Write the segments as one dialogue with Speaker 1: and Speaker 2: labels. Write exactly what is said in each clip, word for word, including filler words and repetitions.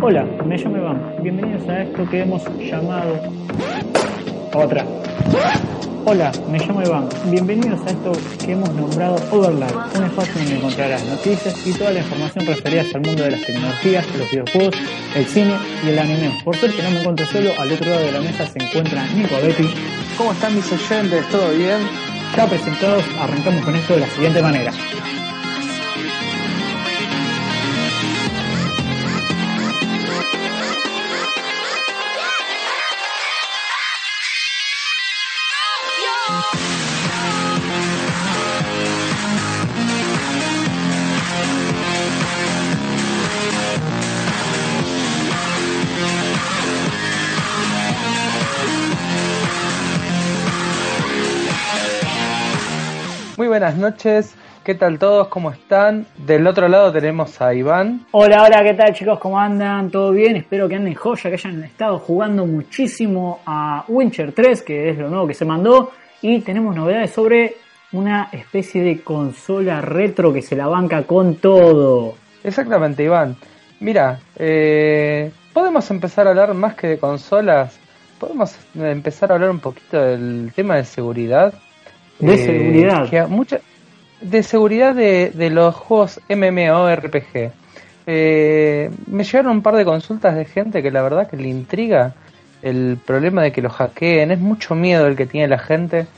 Speaker 1: Hola, me llamo Iván. Bienvenidos a esto que hemos llamado... Otra. Hola, me llamo Iván. Bienvenidos a esto que hemos nombrado Overlap, un espacio donde encontrarás noticias y toda la información referida al mundo de las tecnologías, los videojuegos, el cine y el anime. Por suerte no me encuentro solo, al otro lado de la mesa se encuentra Nico Betty.
Speaker 2: ¿Cómo están mis oyentes? ¿Todo bien?
Speaker 1: Ya presentados, arrancamos con esto de la siguiente manera.
Speaker 2: Muy buenas noches, ¿qué tal todos? ¿Cómo están? Del otro lado tenemos a Iván.
Speaker 1: Hola, hola, ¿qué tal chicos? ¿Cómo andan? ¿Todo bien? Espero que anden joya, que hayan estado jugando muchísimo a Witcher tres, que es lo nuevo que se mandó. Y tenemos novedades sobre una especie de consola retro que se la banca con todo.
Speaker 2: Exactamente, Iván. Mira, eh, podemos empezar a hablar más que de consolas. Podemos empezar a hablar un poquito del tema de seguridad.
Speaker 1: De
Speaker 2: eh,
Speaker 1: seguridad.
Speaker 2: Que mucha, de seguridad de, de los juegos MMORPG. Eh, me llegaron un par de consultas de gente que la verdad que le intriga el problema de que los hackeen. Es mucho miedo el que tiene la gente.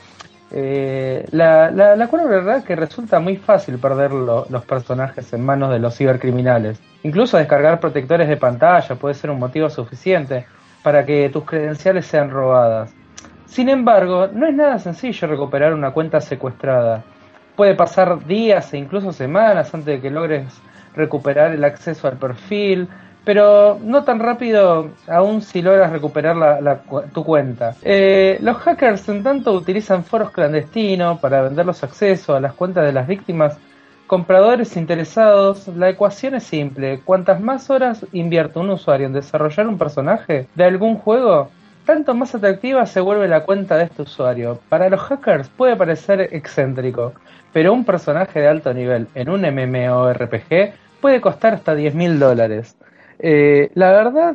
Speaker 2: Eh, la, la, la cual verdad que resulta muy fácil perder lo, los personajes en manos de los cibercriminales. Incluso descargar protectores de pantalla puede ser un motivo suficiente para que tus credenciales sean robadas. Sin embargo, no es nada sencillo recuperar una cuenta secuestrada. Puede pasar días e incluso semanas antes de que logres recuperar el acceso al perfil, pero no tan rápido aún si logras recuperar la, la, tu cuenta. Eh, los hackers en tanto utilizan foros clandestinos para vender los accesos a las cuentas de las víctimas. Compradores interesados, la ecuación es simple. Cuantas más horas invierte un usuario en desarrollar un personaje de algún juego, tanto más atractiva se vuelve la cuenta de este usuario. Para los hackers puede parecer excéntrico, pero un personaje de alto nivel en un MMORPG puede costar hasta diez mil dólares. Eh, la verdad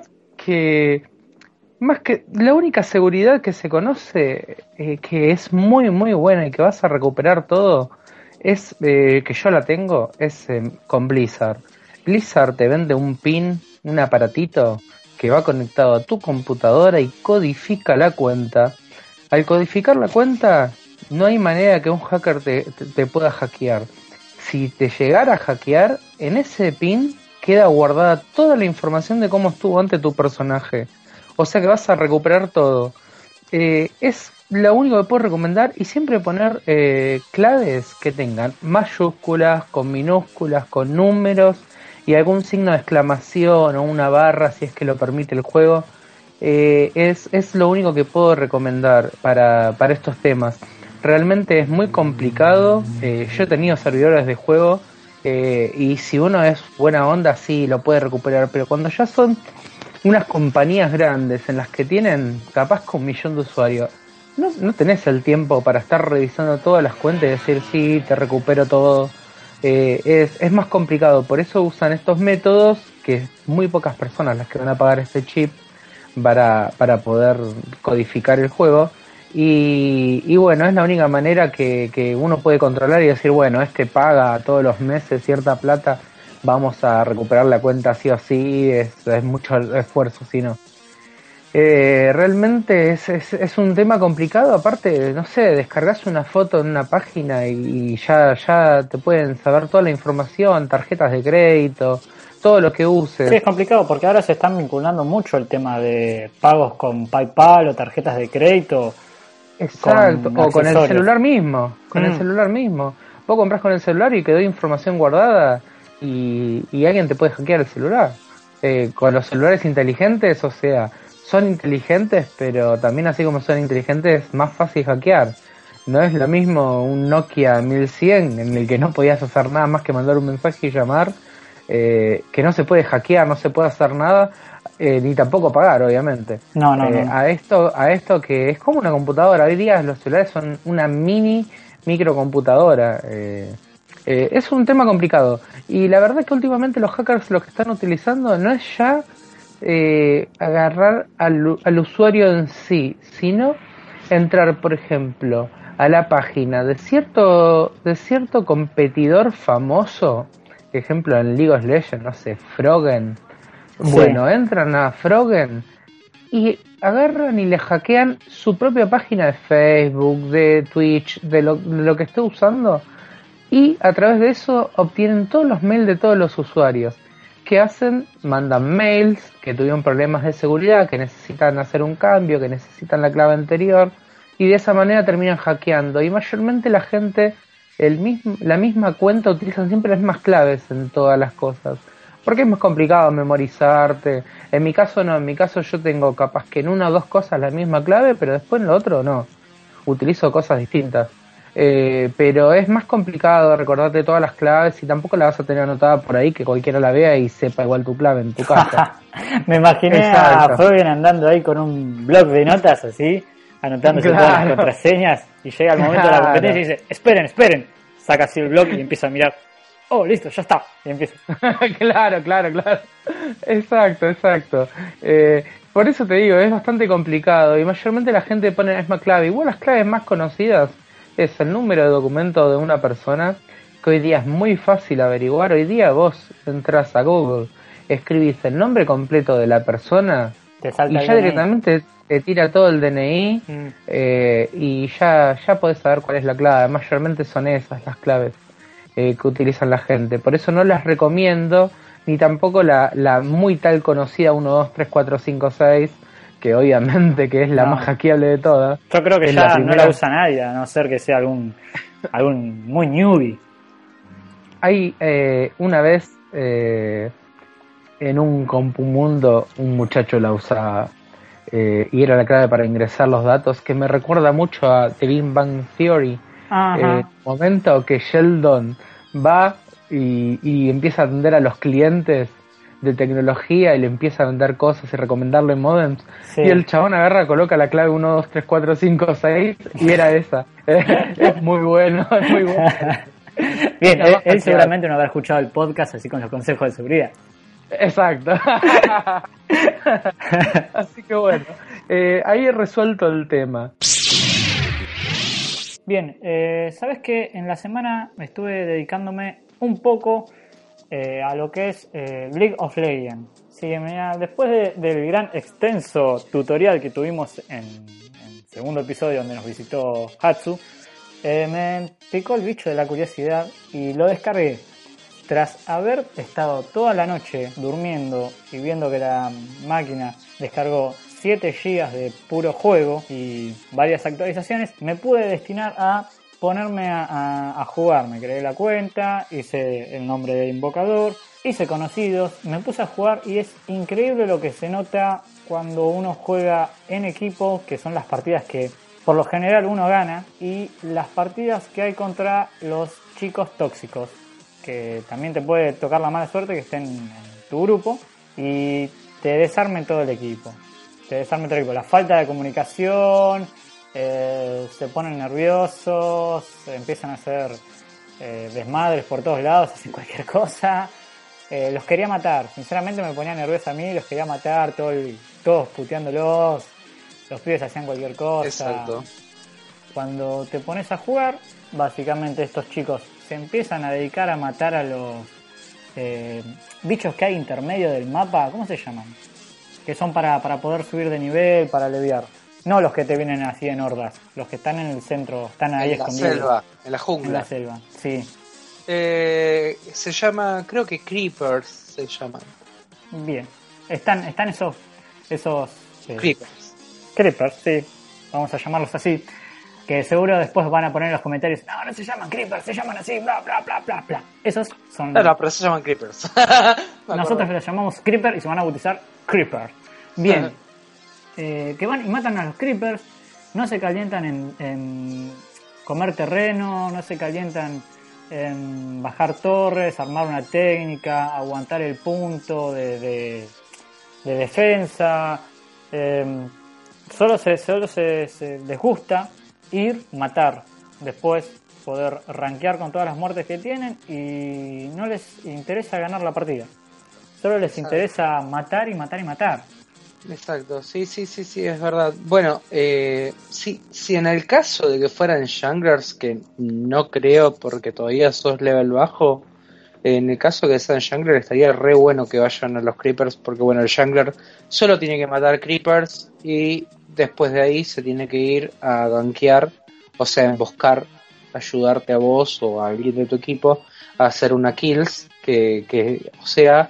Speaker 2: que más que la única seguridad que se conoce, eh, que es muy muy buena y que vas a recuperar todo, es eh, que yo la tengo, es eh, con Blizzard. Blizzard te vende un pin, un aparatito que va conectado a tu computadora y codifica la cuenta. Al codificar la cuenta, no hay manera que un hacker te, te, te pueda hackear. Si te llegara a hackear, en ese pin queda guardada toda la información de cómo estuvo antes tu personaje. O sea que vas a recuperar todo. Eh, es lo único que puedo recomendar, y siempre poner eh, claves que tengan mayúsculas, con minúsculas, con números y algún signo de exclamación o una barra si es que lo permite el juego. Eh, es, es lo único que puedo recomendar para, para estos temas. Realmente es muy complicado. Eh, yo he tenido servidores de juego eh, y si uno es buena onda sí lo puede recuperar, pero cuando ya son unas compañías grandes en las que tienen capaz con un millón de usuarios, no, no tenés el tiempo para estar revisando todas las cuentas y decir sí, te recupero todo. Eh, es, es más complicado, por eso usan estos métodos, que muy pocas personas las que van a pagar este chip para, para poder codificar el juego. Y, y bueno, es la única manera que, que uno puede controlar y decir, bueno, este paga todos los meses cierta plata, vamos a recuperar la cuenta sí o sí, es, es mucho esfuerzo, si no. Eh, realmente es, es, es un tema complicado. Aparte, no sé, descargas una foto en una página y, y ya, ya te pueden saber toda la información, tarjetas de crédito, todo lo que uses.
Speaker 1: Sí, es complicado porque ahora se están vinculando mucho el tema de pagos con PayPal o tarjetas de crédito.
Speaker 2: Exacto,
Speaker 1: con
Speaker 2: o con el
Speaker 1: accesorios.
Speaker 2: celular mismo, con
Speaker 1: Mm.
Speaker 2: el celular mismo. Vos compras con el celular y quedó información guardada y, y alguien te puede hackear el celular. Eh, con los celulares inteligentes, o sea, son inteligentes, pero también así como son inteligentes, es más fácil hackear. No es lo mismo un Nokia mil cien en el que no podías hacer nada más que mandar un mensaje y llamar, eh, que no se puede hackear, no se puede hacer nada, eh, ni tampoco pagar, obviamente.
Speaker 1: No, no,
Speaker 2: Eh,
Speaker 1: no.
Speaker 2: a esto, a esto que es como una computadora. Hoy día los celulares son una mini microcomputadora. Eh, eh, es un tema complicado. Y la verdad es que últimamente los hackers lo que están utilizando no es ya eh, agarrar al, al usuario en sí, sino entrar, por ejemplo, a la página de cierto de cierto competidor famoso, ejemplo en League of Legends, no sé, Froggen.
Speaker 1: Sí.
Speaker 2: Bueno, entran a Froggen y agarran y le hackean su propia página de Facebook, de Twitch, de lo, de lo que esté usando, y a través de eso obtienen todos los mails de todos los usuarios. ¿Qué hacen? Mandan mails que tuvieron problemas de seguridad, que necesitan hacer un cambio, que necesitan la clave anterior, y de esa manera terminan hackeando. Y mayormente la gente, el mismo, la misma cuenta, utilizan siempre las mismas claves en todas las cosas. Porque es más complicado memorizarte. En mi caso no, en mi caso yo tengo capaz que en una o dos cosas la misma clave, pero después en lo otro no. Utilizo cosas distintas. Eh, pero es más complicado recordarte todas las claves y tampoco la vas a tener anotada por ahí que cualquiera la vea y sepa igual tu clave en tu casa.
Speaker 1: Me imaginé
Speaker 2: Exacto.
Speaker 1: a Froggen andando ahí con un blog de notas así, anotándose
Speaker 2: Claro.
Speaker 1: todas las contraseñas, y llega el momento de la
Speaker 2: Claro.
Speaker 1: competencia y dice, esperen, esperen, saca así el blog y empieza a mirar, oh, listo, ya está, y empieza.
Speaker 2: Claro, claro, claro. Exacto, exacto. Eh, por eso te digo, es bastante complicado y mayormente la gente pone la misma clave. Igual las claves más conocidas es el número de documento de una persona, que hoy día es muy fácil averiguar. Hoy día vos entras a Google, escribís el nombre completo de la persona
Speaker 1: Te salta
Speaker 2: y
Speaker 1: el
Speaker 2: ya
Speaker 1: D N I.
Speaker 2: directamente te tira todo el D N I
Speaker 1: Mm.
Speaker 2: eh, y ya, ya podés saber cuál es la clave. Mayormente son esas las claves eh, que utilizan la gente. Por eso no las recomiendo, ni tampoco la, la muy tal conocida uno, dos, tres, cuatro, cinco, seis, que obviamente que es la
Speaker 1: No.
Speaker 2: más hackeable de todas.
Speaker 1: Yo creo que
Speaker 2: Es
Speaker 1: ya
Speaker 2: la
Speaker 1: no
Speaker 2: primera.
Speaker 1: la usa nadie, a no ser que sea algún, algún muy newbie.
Speaker 2: Hay eh, una vez eh, en un compumundo un muchacho la usaba eh, y era la clave para ingresar los datos, que me recuerda mucho a The Big Bang Theory.
Speaker 1: Ajá.
Speaker 2: Eh, momento que Sheldon va y, y empieza a atender a los clientes de tecnología y le empieza a vender cosas y recomendarle modems,
Speaker 1: Sí.
Speaker 2: y el chabón agarra, coloca la clave uno, dos, tres, cuatro, cinco, seis y era esa. Es muy bueno, es muy bueno.
Speaker 1: Bien,
Speaker 2: La
Speaker 1: él,
Speaker 2: más
Speaker 1: él
Speaker 2: hackeada.
Speaker 1: seguramente no habrá escuchado el podcast así con los consejos de seguridad.
Speaker 2: Exacto. Así que bueno, eh, ahí he resuelto el tema.
Speaker 1: Bien, eh, sabes que en la semana me estuve dedicándome un poco eh, a lo que es eh, League of Legends. Sí, mira, después de, del gran extenso tutorial que tuvimos en, en el segundo episodio donde nos visitó Hatsu, eh, me picó el bicho de la curiosidad y lo descargué. Tras haber estado toda la noche durmiendo y viendo que la máquina descargó siete gigas de puro juego y varias actualizaciones, me pude destinar a ponerme a, a, a jugar. Me creé la cuenta, hice el nombre del invocador, hice conocidos, me puse a jugar y es increíble lo que se nota cuando uno juega en equipo, que son las partidas que por lo general uno gana, y las partidas que hay contra los chicos tóxicos, que también te puede tocar la mala suerte que estén en tu grupo y te desarmen todo el equipo. Te desarmen todo el equipo. La falta de comunicación, eh, se ponen nerviosos, empiezan a hacer eh, desmadres por todos lados, hacen cualquier cosa. Eh, los quería matar, sinceramente me ponía nervioso a mí, los quería matar, todo el, todos puteándolos, los pibes hacían cualquier cosa.
Speaker 2: Exacto.
Speaker 1: Cuando te pones a jugar, básicamente estos chicos se empiezan a dedicar a matar a los eh, bichos que hay intermedio del mapa. ¿Cómo se llaman? Que son para, para poder subir de nivel, para leviar. No los que te vienen así en hordas, los que están en el centro, están ahí
Speaker 3: En la
Speaker 1: escondidos.
Speaker 3: selva, en la jungla.
Speaker 1: En la selva, sí.
Speaker 3: Eh, se llama, creo que Creepers se llaman.
Speaker 1: Bien. Están, están esos, esos eh,
Speaker 3: Creepers.
Speaker 1: creepers, sí. Vamos a llamarlos así. Que seguro después van a poner en los comentarios, no, no se llaman creepers, se llaman así, bla, bla, bla, bla, bla. Esos son...
Speaker 3: No, no, pero se llaman Creepers. Me
Speaker 1: Nosotros
Speaker 3: acuerdo.
Speaker 1: los llamamos creeper y se van a bautizar creeper. Bien. Eh, que van y matan a los creepers, no se calientan en, en comer terreno, no se calientan en bajar torres, armar una técnica, aguantar el punto de, de, de defensa. Eh, solo se, solo se, se les gusta ir, matar, después poder rankear con todas las muertes que tienen y no les interesa ganar la partida. Solo les interesa matar y matar y matar.
Speaker 3: Exacto, sí, sí, sí, sí, es verdad. Bueno, eh, sí, si en el caso de que fueran junglers, que no creo porque todavía sos level bajo, en el caso de que sean junglers estaría re bueno que vayan a los creepers, porque bueno, el jungler solo tiene que matar creepers y después de ahí se tiene que ir a gankear, o sea, emboscar, ayudarte a vos o a alguien de tu equipo a hacer una kills, que, que o sea...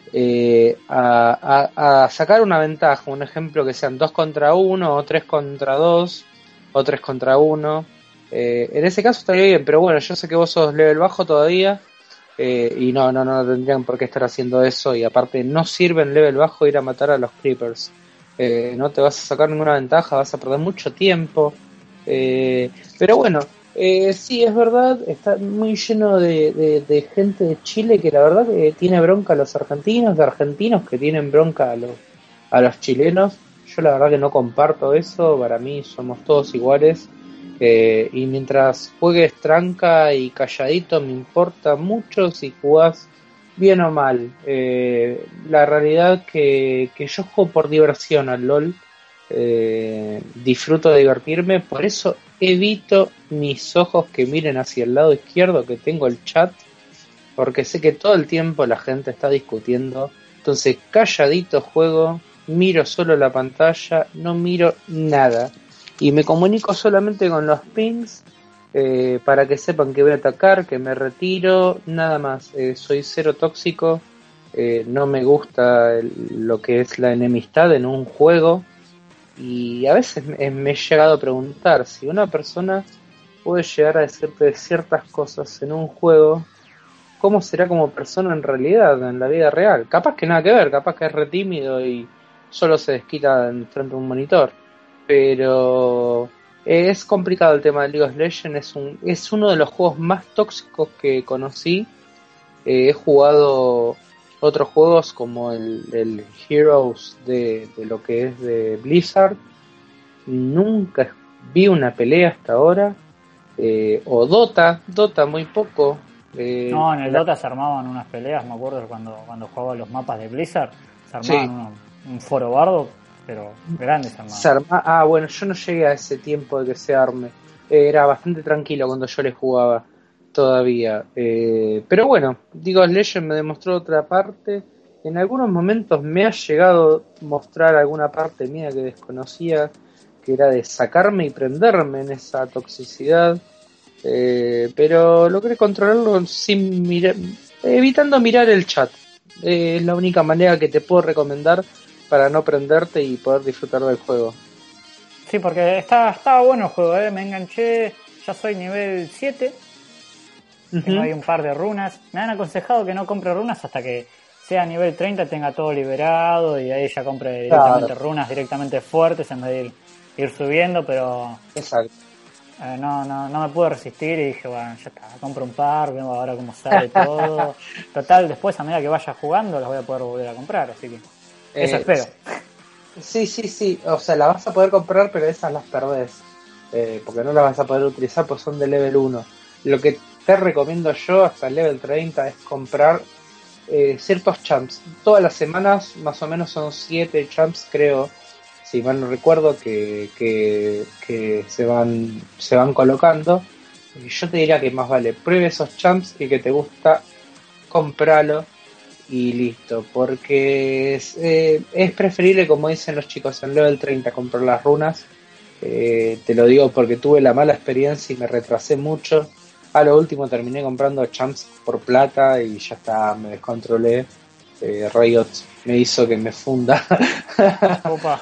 Speaker 3: Eh, a, a, a sacar una ventaja, un ejemplo que sean dos contra uno o tres contra dos o tres contra uno, eh, en ese caso estaría bien, pero bueno, yo sé que vos sos level bajo todavía, eh, y no, no, no tendrían por qué estar haciendo eso, y aparte no sirve en level bajo ir a matar a los creepers, eh, no te vas a sacar ninguna ventaja, vas a perder mucho tiempo, eh, pero bueno, eh, sí, es verdad, está muy lleno de, de, de gente de Chile que la verdad que tiene bronca a los argentinos, de argentinos que tienen bronca a los, a los chilenos. Yo la verdad que no comparto eso, para mí somos todos iguales, eh, y mientras juegues tranca y calladito me importa mucho si jugás bien o mal. Eh, la realidad que, que yo juego por diversión al LOL, eh, disfruto de divertirme, por eso evito mis ojos que miren hacia el lado izquierdo que tengo el chat, porque sé que todo el tiempo la gente está discutiendo, entonces calladito juego, miro solo la pantalla, no miro nada y me comunico solamente con los pings, eh, para que sepan que voy a atacar, que me retiro, nada más. Eh, soy cero tóxico, eh, no me gusta el, lo que es la enemistad en un juego. Y a veces me, me he llegado a preguntar si una persona puede llegar a decirte ciertas cosas en un juego, ¿cómo será como persona en realidad, en la vida real? Capaz que nada que ver, capaz que es re tímido y solo se desquita en frente a un monitor. Pero es complicado el tema de League of Legends, es, un, es uno de los juegos más tóxicos que conocí. Eh, he jugado otros juegos como el, el Heroes de, de lo que es de Blizzard. Nunca vi una pelea hasta ahora. Eh, o Dota, Dota muy poco. Eh,
Speaker 1: No, en el
Speaker 3: la...
Speaker 1: Dota se armaban unas peleas, me acuerdo cuando, cuando jugaba los mapas de Blizzard, se armaban
Speaker 3: Sí.
Speaker 1: unos, un foro bardo, pero grandes armados.
Speaker 3: Se arma... Ah, bueno, yo no llegué a ese tiempo de que se arme. Eh, era bastante tranquilo cuando yo le jugaba todavía. Eh, pero bueno, League of Legends me demostró otra parte. En algunos momentos me ha llegado a mostrar alguna parte mía que desconocía, que era de sacarme y prenderme en esa toxicidad. Eh, pero logré controlarlo sin mirar, evitando mirar el chat. Eh, es la única manera que te puedo recomendar para no prenderte y poder disfrutar del juego.
Speaker 1: Sí, porque está, estaba bueno el juego, ¿eh? Me enganché, ya soy nivel siete, uh-huh. Tengo ahí un par de runas. Me han aconsejado que no compre runas hasta que sea nivel treinta, tenga todo liberado y ahí ya compre directamente claro. runas directamente fuertes en vez de ir, ir subiendo, pero...
Speaker 3: Exacto.
Speaker 1: Eh, no, no, no me pude resistir y dije, bueno, ya está, compro un par, veo ahora cómo sale todo. Total, después a medida que vaya jugando las voy a poder volver a comprar, así que eso eh, espero.
Speaker 3: Sí, sí, sí, o sea, las vas a poder comprar, pero esas las perdés, eh, porque no las vas a poder utilizar, pues son de level uno. Lo que te recomiendo yo hasta el level treinta es comprar eh, ciertos champs. Todas las semanas, más o menos son siete champs, creo, si mal no recuerdo, que, que, que se van se van colocando. Y yo te diría que más vale pruebe esos champs y que te gusta, compralo y listo, porque es, eh, es preferible, como dicen los chicos, en level treinta comprar las runas. Eh, te lo digo porque tuve la mala experiencia y me retrasé mucho. A lo último terminé comprando champs por plata y ya está, me descontrolé. Eh, Riot me hizo que me funda.
Speaker 1: Opa.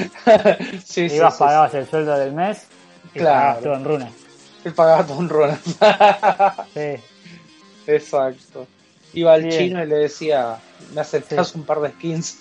Speaker 3: Sí, sí,
Speaker 1: Ibas,
Speaker 3: sí,
Speaker 1: pagabas
Speaker 3: sí.
Speaker 1: el sueldo del mes y
Speaker 3: claro.
Speaker 1: pagabas todo en runas.
Speaker 3: Y pagabas todo en runas.
Speaker 1: Sí.
Speaker 3: Exacto. Iba al
Speaker 1: Bien.
Speaker 3: chino y le decía, ¿me aceptás sí. un par de skins?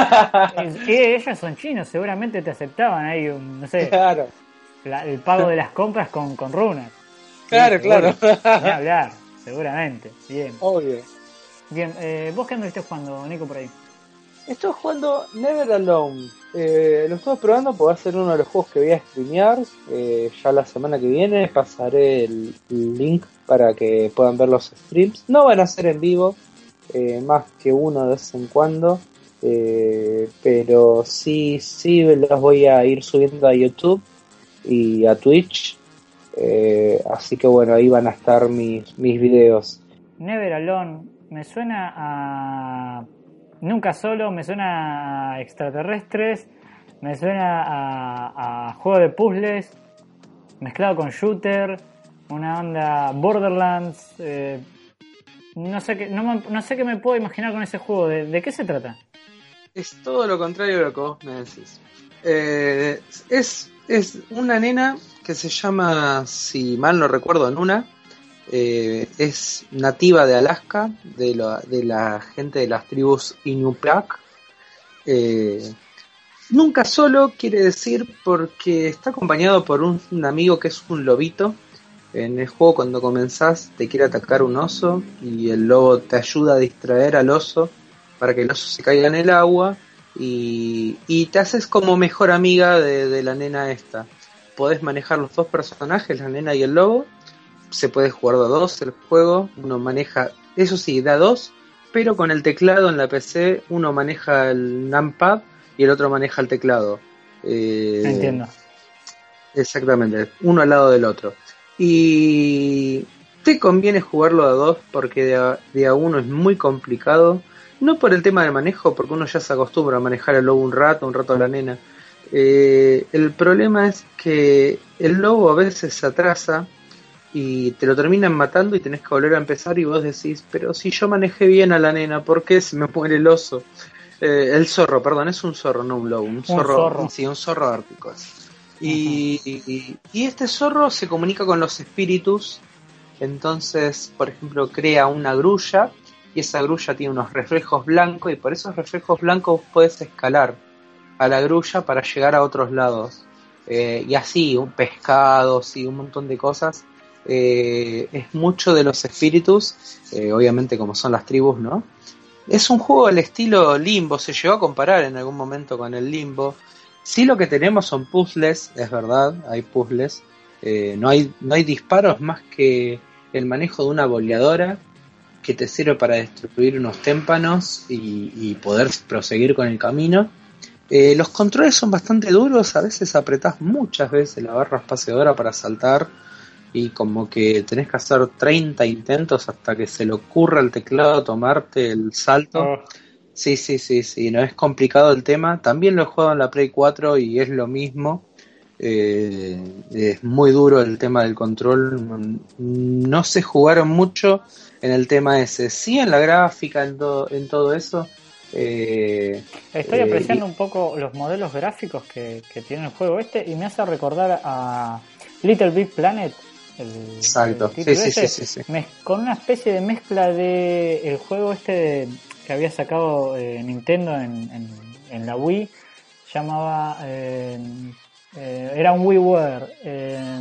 Speaker 1: Y ellos son chinos, seguramente te aceptaban ahí, un, no sé,
Speaker 3: claro.
Speaker 1: la, el pago de las compras con, con runas.
Speaker 3: Claro,
Speaker 1: sí,
Speaker 3: claro.
Speaker 1: Ni hablar, seguramente. Bien.
Speaker 3: Obvio.
Speaker 1: Bien, eh, ¿vos qué anduviste jugando, Nico, por ahí?
Speaker 3: Estoy jugando Never Alone. Eh, lo estoy probando porque va a ser uno de los juegos que voy a streamear. Eh, ya la semana que viene pasaré el, el link para que puedan ver los streams. No van a ser en vivo, eh, más que uno de vez en cuando, eh, pero sí, sí los voy a ir subiendo a YouTube y a Twitch, eh, así que bueno, ahí van a estar mis, mis videos.
Speaker 1: Never Alone, me suena a Nunca Solo, me suena a extraterrestres, me suena a, a juego de puzzles mezclado con shooter, una onda Borderlands, eh, no sé qué, no, no sé qué me puedo imaginar con ese juego. ¿De, de qué se trata?
Speaker 3: Es todo lo contrario de lo que vos me decís. Eh, es, es una nena que se llama, si mal no recuerdo, Nuna. Eh, es nativa de Alaska, de, lo, de la gente de las tribus Inupiaq. Eh, nunca solo quiere decir porque está acompañado por un, un amigo que es un lobito. En el juego, cuando comenzás, te quiere atacar un oso y el lobo te ayuda a distraer al oso para que el oso se caiga en el agua y, y te haces como mejor amiga de, de la nena esta. Podés manejar los dos personajes, la nena y el lobo. Se puede jugar de a dos el juego, uno maneja, eso sí, da dos, pero con el teclado en la P C uno maneja el numpad y el otro maneja el teclado. Eh,
Speaker 1: Entiendo.
Speaker 3: Exactamente, uno al lado del otro. Y te conviene jugarlo de a dos porque de a, de a uno es muy complicado, no por el tema del manejo, porque uno ya se acostumbra a manejar el lobo un rato, un rato a la nena. Eh, el problema es que el lobo a veces se atrasa y te lo terminan matando y tenés que volver a empezar y vos decís, pero si yo manejé bien a la nena, ¿por qué se me muere el oso? Eh, el zorro, perdón, es un zorro, no un lobo, un zorro, un zorro. Sí, un zorro ártico. Y, y, y este zorro se comunica con los espíritus, entonces, por ejemplo, crea una grulla y esa grulla tiene unos reflejos blancos y por esos reflejos blancos puedes escalar a la grulla para llegar a otros lados. Eh, y así, un pescado, sí, un montón de cosas. Eh, es mucho de los espíritus, eh, obviamente como son las tribus, ¿no? Es un juego al estilo Limbo, se llegó a comparar en algún momento con el Limbo. Sí, lo que tenemos son puzzles, es verdad, hay puzzles. Eh, no hay, no hay disparos más que el manejo de una boleadora que te sirve para destruir unos témpanos y, y poder proseguir con el camino. Eh, los controles son bastante duros, a veces apretás muchas veces la barra espaciadora para saltar y como que tenés que hacer treinta intentos hasta que se le ocurra al teclado tomarte el salto. Oh. Sí, sí, sí, sí, no es complicado el tema. También lo he jugado en la Play cuatro y es lo mismo. Eh, es muy duro el tema del control. No se jugaron mucho en el tema ese. Sí, en la gráfica, en todo, en todo eso. Eh,
Speaker 1: Estoy
Speaker 3: eh,
Speaker 1: apreciando
Speaker 3: y...
Speaker 1: un poco los modelos gráficos que, que tiene el juego este y me hace recordar a Little Big Planet. El,
Speaker 3: Exacto,
Speaker 1: el
Speaker 3: sí, sí,
Speaker 1: este,
Speaker 3: sí, sí, sí.
Speaker 1: Mez, con una especie de mezcla de el juego este de, que había sacado eh, Nintendo en, en, en la Wii, llamaba eh, eh, era un WiiWare, eh,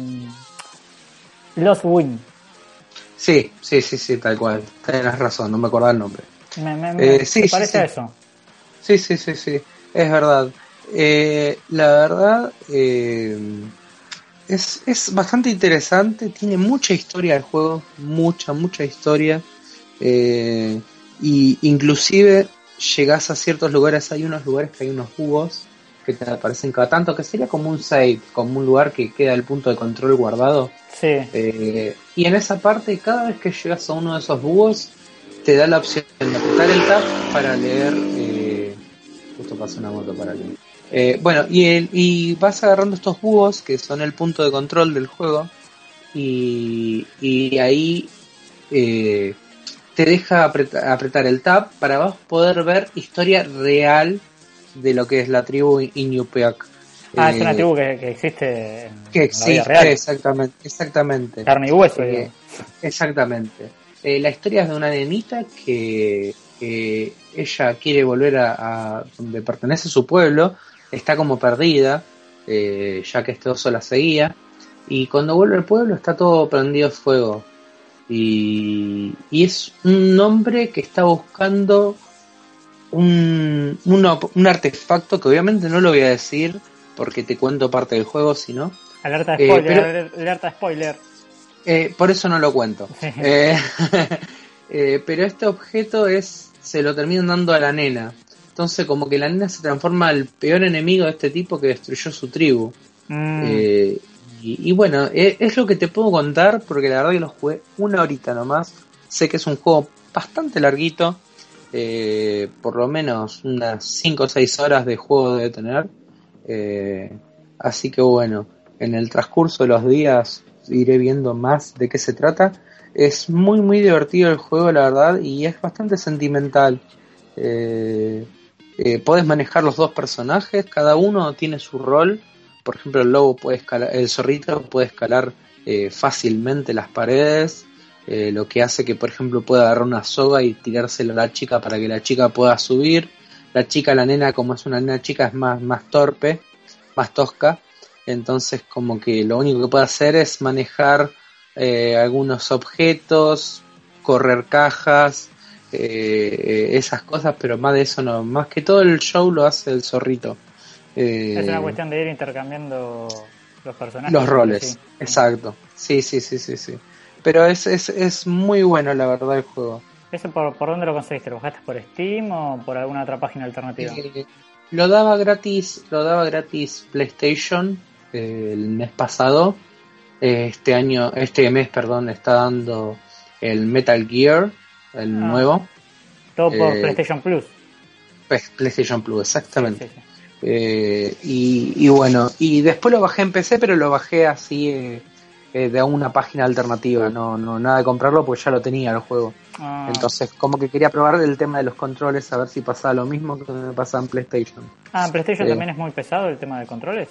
Speaker 1: Lost Wing.
Speaker 3: Sí, sí, sí, sí, tal cual. Tenés razón, no me acordaba el nombre.
Speaker 1: Me, me, me,
Speaker 3: eh, sí,
Speaker 1: ¿te
Speaker 3: sí,
Speaker 1: parece
Speaker 3: sí.
Speaker 1: a eso?
Speaker 3: Sí, sí, sí, sí, es verdad. Eh, la verdad, eh, es, es bastante interesante, tiene mucha historia el juego, mucha, mucha historia. Eh, y inclusive llegás a ciertos lugares, hay unos lugares que hay unos búhos que te aparecen cada tanto, que sería como un save, como un lugar que queda el punto de control guardado.
Speaker 1: Sí.
Speaker 3: Eh, y en esa parte, cada vez que llegas a uno de esos búhos, te da la opción de apretar el tab para leer. Eh, justo pasa una moto para aquí. Eh, bueno, y, el, y vas agarrando estos búhos que son el punto de control del juego, y, y ahí eh, te deja apretar, apretar el tab para vos poder ver historia real de lo que es la tribu Inupiaq.
Speaker 1: Ah,
Speaker 3: eh,
Speaker 1: es una tribu que, que existe en,
Speaker 3: que existe,
Speaker 1: en la vida real.
Speaker 3: Exactamente, exactamente.
Speaker 1: Carne y hueso.
Speaker 3: Eh, exactamente. Eh, la historia es de una nenita que eh, ella quiere volver a, a donde pertenece su pueblo, está como perdida, eh, ya que este oso la seguía, y cuando vuelve al pueblo está todo prendido fuego. Y, y es un hombre que está buscando un, un, un artefacto que obviamente no lo voy a decir porque te cuento parte del juego, sino
Speaker 1: alerta spoiler,
Speaker 3: eh, pero,
Speaker 1: alerta spoiler.
Speaker 3: Eh, por eso no lo cuento. eh, eh, pero este objeto es se lo terminan dando a la nena. Entonces como que la nena se transforma al peor enemigo de este tipo que destruyó su tribu.
Speaker 1: Mm.
Speaker 3: Eh, y, y bueno, es, es lo que te puedo contar porque la verdad que lo jugué una horita nomás. Sé que es un juego bastante larguito, eh, por lo menos unas cinco o seis horas de juego debe tener. Eh, así que bueno, en el transcurso de los días iré viendo más de qué se trata. Es muy muy divertido el juego, la verdad, y es bastante sentimental. Eh, eh, Podés manejar los dos personajes, cada uno tiene su rol. Por ejemplo, el lobo puede escalar, el zorrito puede escalar eh, fácilmente las paredes, eh, lo que hace que, por ejemplo, pueda agarrar una soga y tirársela a la chica para que la chica pueda subir. La chica, la nena, como es una nena chica, es más, más torpe, más tosca. Entonces, como que lo único que puede hacer es manejar eh, algunos objetos, correr cajas, eh, esas cosas, pero más de eso no. Más que todo el show lo hace el zorrito. Eh,
Speaker 1: Es una cuestión de ir intercambiando los personajes.
Speaker 3: los roles,
Speaker 1: Sí.
Speaker 3: exacto. Sí, sí, sí, sí, sí. Pero es, es, es muy bueno, la verdad, el juego.
Speaker 1: ¿Eso por, por dónde lo conseguiste? ¿Lo bajaste por Steam o por alguna otra página alternativa?
Speaker 3: Eh, lo daba gratis, lo daba gratis PlayStation eh, el mes pasado. Eh, este año, este mes, perdón, está dando el Metal Gear, el
Speaker 1: Ah,
Speaker 3: nuevo.
Speaker 1: todo por
Speaker 3: Eh,
Speaker 1: PlayStation Plus.
Speaker 3: pues, PlayStation Plus, exactamente.
Speaker 1: Sí, sí, sí.
Speaker 3: Eh, y, y bueno, y después lo bajé en P C, pero lo bajé así eh, eh, de una página alternativa, no, no nada de comprarlo porque ya lo tenía el juego.
Speaker 1: Ah,
Speaker 3: Entonces, como que quería probar el tema de los controles, a ver si pasaba lo mismo que me pasa en PlayStation.
Speaker 1: ah, PlayStation
Speaker 3: Eh,
Speaker 1: también es muy pesado el tema de controles.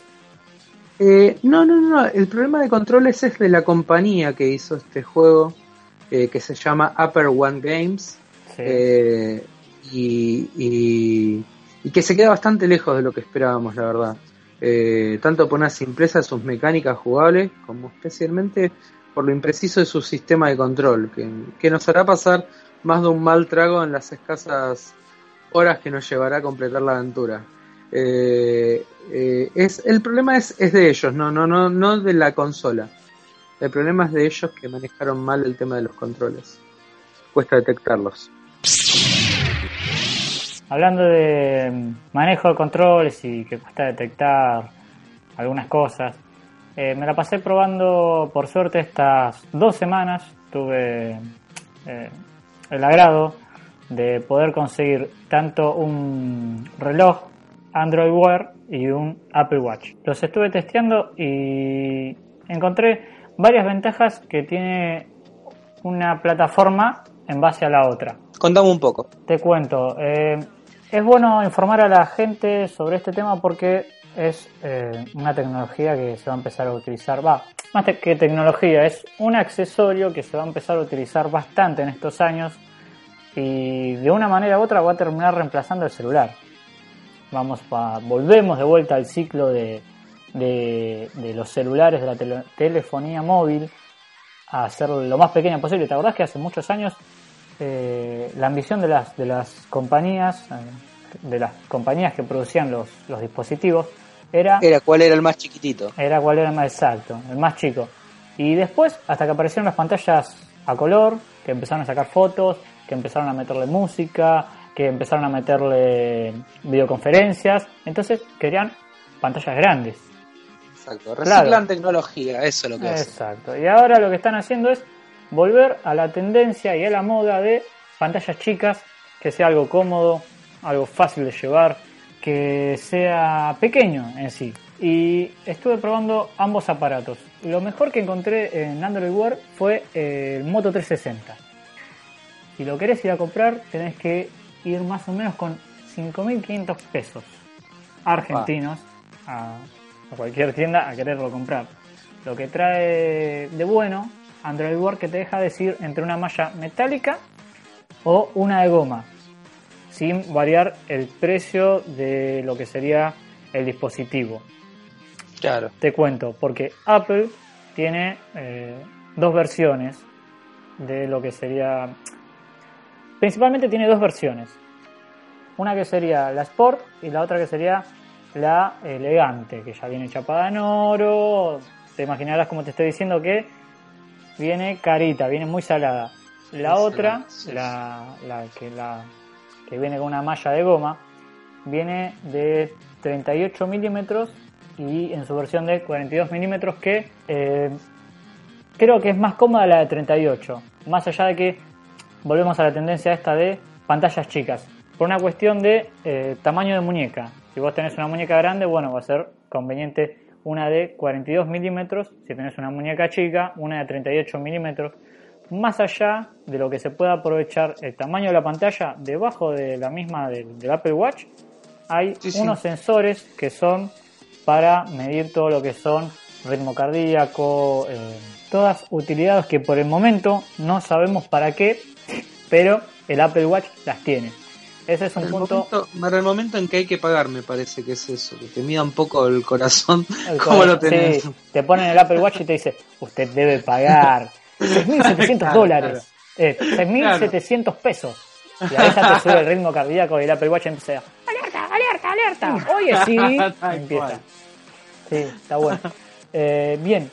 Speaker 3: eh, no, no, no, el problema de controles es de la compañía que hizo este juego, eh, que se llama Upper One Games,
Speaker 1: Sí.
Speaker 3: eh, y, y, y que se queda bastante lejos de lo que esperábamos, la verdad. Eh, tanto por una simpleza de sus mecánicas jugables, como especialmente por lo impreciso de su sistema de control, que, que nos hará pasar más de un mal trago en las escasas horas que nos llevará a completar la aventura. Eh, eh, es el problema es, es de ellos, no, no, no, no de la consola. El problema es de ellos que manejaron mal el tema de los controles. Cuesta detectarlos.
Speaker 1: Hablando de mm, manejo de controles y que cuesta detectar algunas cosas, eh, me la pasé probando, por suerte, estas dos semanas. Tuve eh, el agrado de poder conseguir tanto un reloj Android Wear y un Apple Watch. Los estuve testeando y encontré varias ventajas que tiene una plataforma en base a la otra.
Speaker 3: Contame un poco.
Speaker 1: Te cuento, eh, es bueno informar a la gente sobre este tema porque es eh, una tecnología que se va a empezar a utilizar, va, más te- que tecnología, es un accesorio que se va a empezar a utilizar bastante en estos años y de una manera u otra va a terminar reemplazando el celular. Vamos a, volvemos de vuelta al ciclo de, de, de los celulares, de la tele, telefonía móvil, a hacer lo más pequeña posible. ¿Te acordás que hace muchos años eh, la ambición de las de las compañías, eh, de las compañías que producían los, los dispositivos, era,
Speaker 3: Era cuál era el más chiquitito.
Speaker 1: era cuál era el más exacto, el más chico? Y después, hasta que aparecieron las pantallas a color, que empezaron a sacar fotos, que empezaron a meterle música, que empezaron a meterle videoconferencias, entonces querían pantallas grandes.
Speaker 3: Exacto. Reciclan
Speaker 1: Claro.
Speaker 3: tecnología, eso es lo que hacen.
Speaker 1: Exacto. Y ahora lo que están haciendo es volver a la tendencia y a la moda de pantallas chicas, que sea algo cómodo, algo fácil de llevar, que sea pequeño en sí. Y estuve probando ambos aparatos. Lo mejor que encontré en Android Wear fue el Moto trescientos sesenta. Si lo querés ir a comprar, tenés que ir más o menos con cinco mil quinientos pesos argentinos a, a cualquier tienda a quererlo comprar. Lo que trae de bueno Android Wear, que te deja decir entre una malla metálica o una de goma, sin variar el precio de lo que sería el dispositivo.
Speaker 3: Claro.
Speaker 1: Te cuento, porque Apple tiene eh, dos versiones de lo que sería... Principalmente tiene dos versiones. Una que sería la Sport y la otra que sería la Elegante, que ya viene chapada en oro. Te imaginarás, como te estoy diciendo, que viene carita, viene muy salada. La otra, la, la, que, la que viene con una malla de goma, viene de treinta y ocho milímetros y en su versión de cuarenta y dos milímetros, que eh, creo que es más cómoda la de treinta y ocho, más allá de que volvemos a la tendencia esta de pantallas chicas, por una cuestión de eh, tamaño de muñeca. Si vos tenés una muñeca grande, bueno, va a ser conveniente una de cuarenta y dos milímetros. Si tenés una muñeca chica, una de treinta y ocho milímetros. Más allá de lo que se pueda aprovechar el tamaño de la pantalla, debajo de la misma del, del Apple Watch hay sí, unos sí. sensores que son para medir todo lo que son ritmo cardíaco, eh, todas utilidades que por el momento no sabemos para qué, pero el Apple Watch las tiene. Ese es un
Speaker 3: para
Speaker 1: punto.
Speaker 3: El momento, para el momento en que hay que pagar, me parece que es eso, que te mida un poco el corazón. El ¿Cómo corazón, lo tenés?
Speaker 1: Sí, te ponen el Apple Watch y te dice, usted debe pagar seis mil setecientos claro, dólares, claro. eh, seis mil setecientos claro. pesos. Y ahí ya te sube el ritmo cardíaco y el Apple Watch empieza a alerta, alerta, alerta. Oye, sí, empieza. Sí, está bueno. Eh, bien,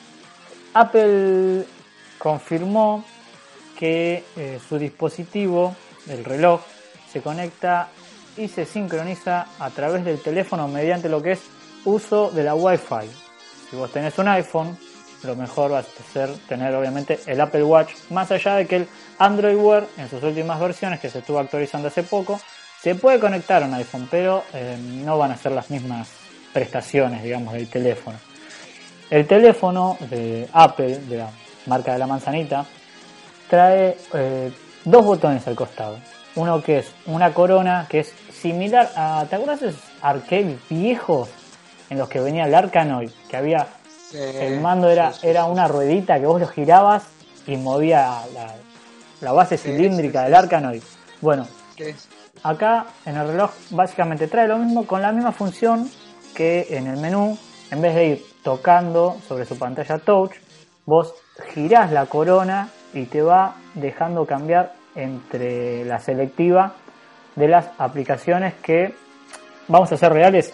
Speaker 1: Apple confirmó que eh, su dispositivo, el reloj, se conecta y se sincroniza a través del teléfono mediante lo que es uso de la Wi-Fi. Si vos tenés un iPhone, lo mejor va a ser tener obviamente el Apple Watch, más allá de que el Android Wear en sus últimas versiones, que se estuvo actualizando hace poco, se puede conectar a un iPhone, pero eh, no van a ser las mismas prestaciones, digamos, del teléfono. El teléfono de Apple, de la marca de la manzanita, trae eh, dos botones al costado. Uno que es una corona, que es similar a... ¿Te acuerdas de esos arcades viejos en los que venía el Arkanoid? Que había... Sí, el mando era, sí, sí, era una ruedita que vos lo girabas y movía la, la base sí, cilíndrica sí, sí, del Arkanoid. Bueno, sí. Acá en el reloj básicamente trae lo mismo, con la misma función que en el menú. En vez de ir tocando sobre su pantalla touch, vos girás la corona y te va dejando cambiar entre la selectiva de las aplicaciones que, vamos a ser reales,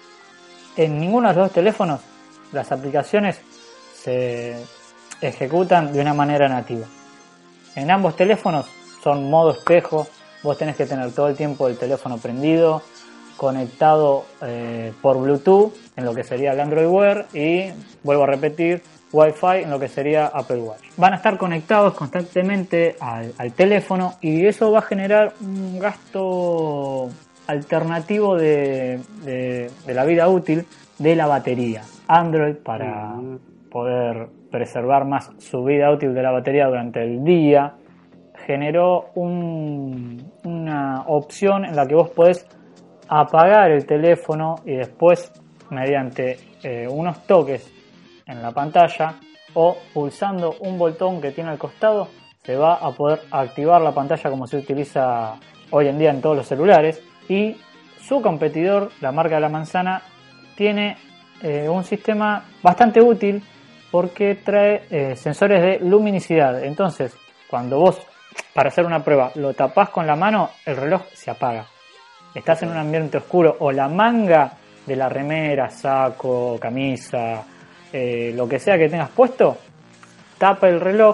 Speaker 1: en ninguno de los dos teléfonos las aplicaciones se ejecutan de una manera nativa. En ambos teléfonos son modo espejo, vos tenés que tener todo el tiempo el teléfono prendido, conectado eh, por Bluetooth en lo que sería el Android Wear y, vuelvo a repetir, Wi-Fi en lo que sería Apple Watch. Van a estar conectados constantemente al, al teléfono y eso va a generar un gasto alternativo de, de, de la vida útil de la batería. Android, para poder preservar más su vida útil de la batería durante el día, generó un, una opción en la que vos podés apagar el teléfono y después, mediante eh, unos toques en la pantalla o pulsando un botón que tiene al costado, se va a poder activar la pantalla como se utiliza hoy en día en todos los celulares. Y su competidor, la marca de la manzana, tiene eh, un sistema bastante útil porque trae eh, sensores de luminosidad. Entonces, cuando vos, para hacer una prueba, lo tapás con la mano, el reloj se apaga. Estás en un ambiente oscuro o la manga de la remera, saco, camisa, eh, lo que sea que tengas puesto, tapa el reloj,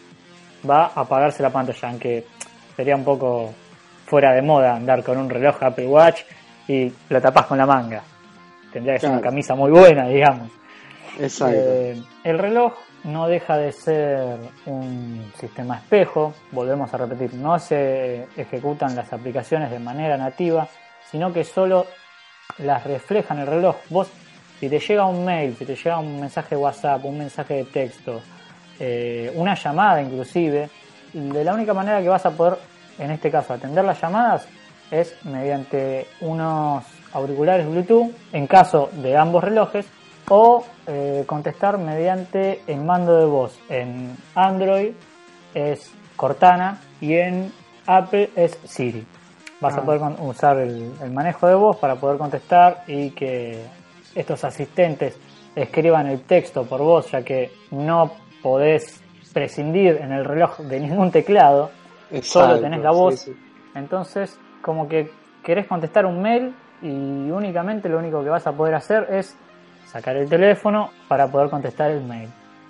Speaker 1: va a apagarse la pantalla, aunque sería un poco fuera de moda andar con un reloj Apple Watch y lo tapás con la manga. Tendría que ser claro. Una camisa muy buena, digamos.
Speaker 3: Exacto.
Speaker 1: Eh, el reloj no deja de ser un sistema espejo, volvemos a repetir, no se ejecutan las aplicaciones de manera nativa, sino que solo las refleja en el reloj. Vos, si te llega un mail, si te llega un mensaje de WhatsApp, un mensaje de texto, eh, una llamada inclusive, de la única manera que vas a poder, en este caso, atender las llamadas es mediante unos auriculares Bluetooth, en caso de ambos relojes, o eh, contestar mediante el mando de voz. En Android es Cortana y en Apple es Siri. Vas ah. a poder usar el, el manejo de voz para poder contestar y que estos asistentes escriban el texto por voz, ya que no podés prescindir en el reloj de ningún teclado. Exacto, solo tenés la voz. Sí, sí. Entonces, como que querés contestar un mail y únicamente lo único que vas a poder hacer es sacar el teléfono para poder contestar el mail.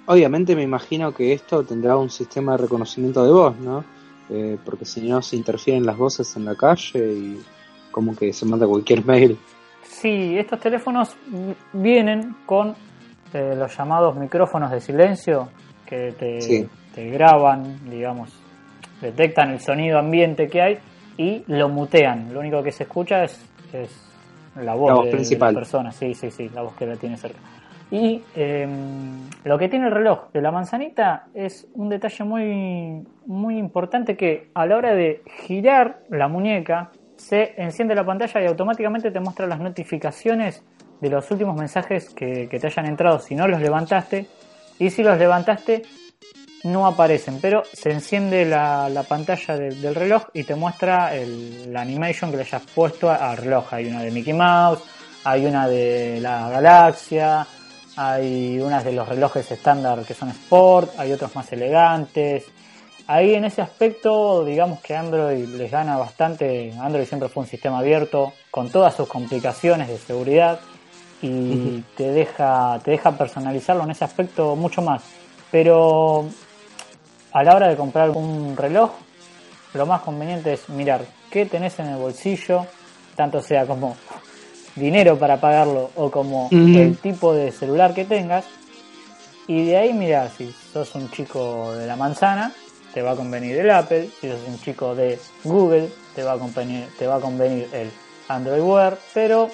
Speaker 3: obviamente me imagino que esto tendrá un sistema de reconocimiento de voz, ¿no? Eh, porque si no se interfieren las voces en la calle y como que se manda cualquier mail.
Speaker 1: Sí, estos teléfonos vienen con eh, los llamados micrófonos de silencio que te,
Speaker 3: Sí.
Speaker 1: te graban, digamos, detectan el sonido ambiente que hay y lo mutean. Lo único que se escucha es, es la voz,
Speaker 3: La voz
Speaker 1: de,
Speaker 3: principal.
Speaker 1: de la persona, sí, sí, sí, la voz que la tiene cerca. Y eh, lo que tiene el reloj de la manzanita es un detalle muy, muy importante, que a la hora de girar la muñeca se enciende la pantalla y automáticamente te muestra las notificaciones de los últimos mensajes que, que te hayan entrado si no los levantaste, y si los levantaste no aparecen, pero se enciende la, la pantalla de, del reloj y te muestra el, la animation que le hayas puesto al reloj. Hay una de Mickey Mouse, hay una de la galaxia, hay unas de los relojes estándar que son Sport, hay otros más elegantes. Ahí en ese aspecto, digamos que Android les gana bastante. Android siempre fue un sistema abierto, con todas sus complicaciones de seguridad, y uh-huh. te deja, te deja personalizarlo en ese aspecto mucho más. Pero a la hora de comprar un reloj, lo más conveniente es mirar qué tenés en el bolsillo, tanto sea como dinero para pagarlo o como uh-huh. el tipo de celular que tengas, y de ahí mirar si sos un chico de la manzana, te va a convenir el Apple. Si sos un chico de Google, te va a convenir, te va a convenir el Android Wear. Pero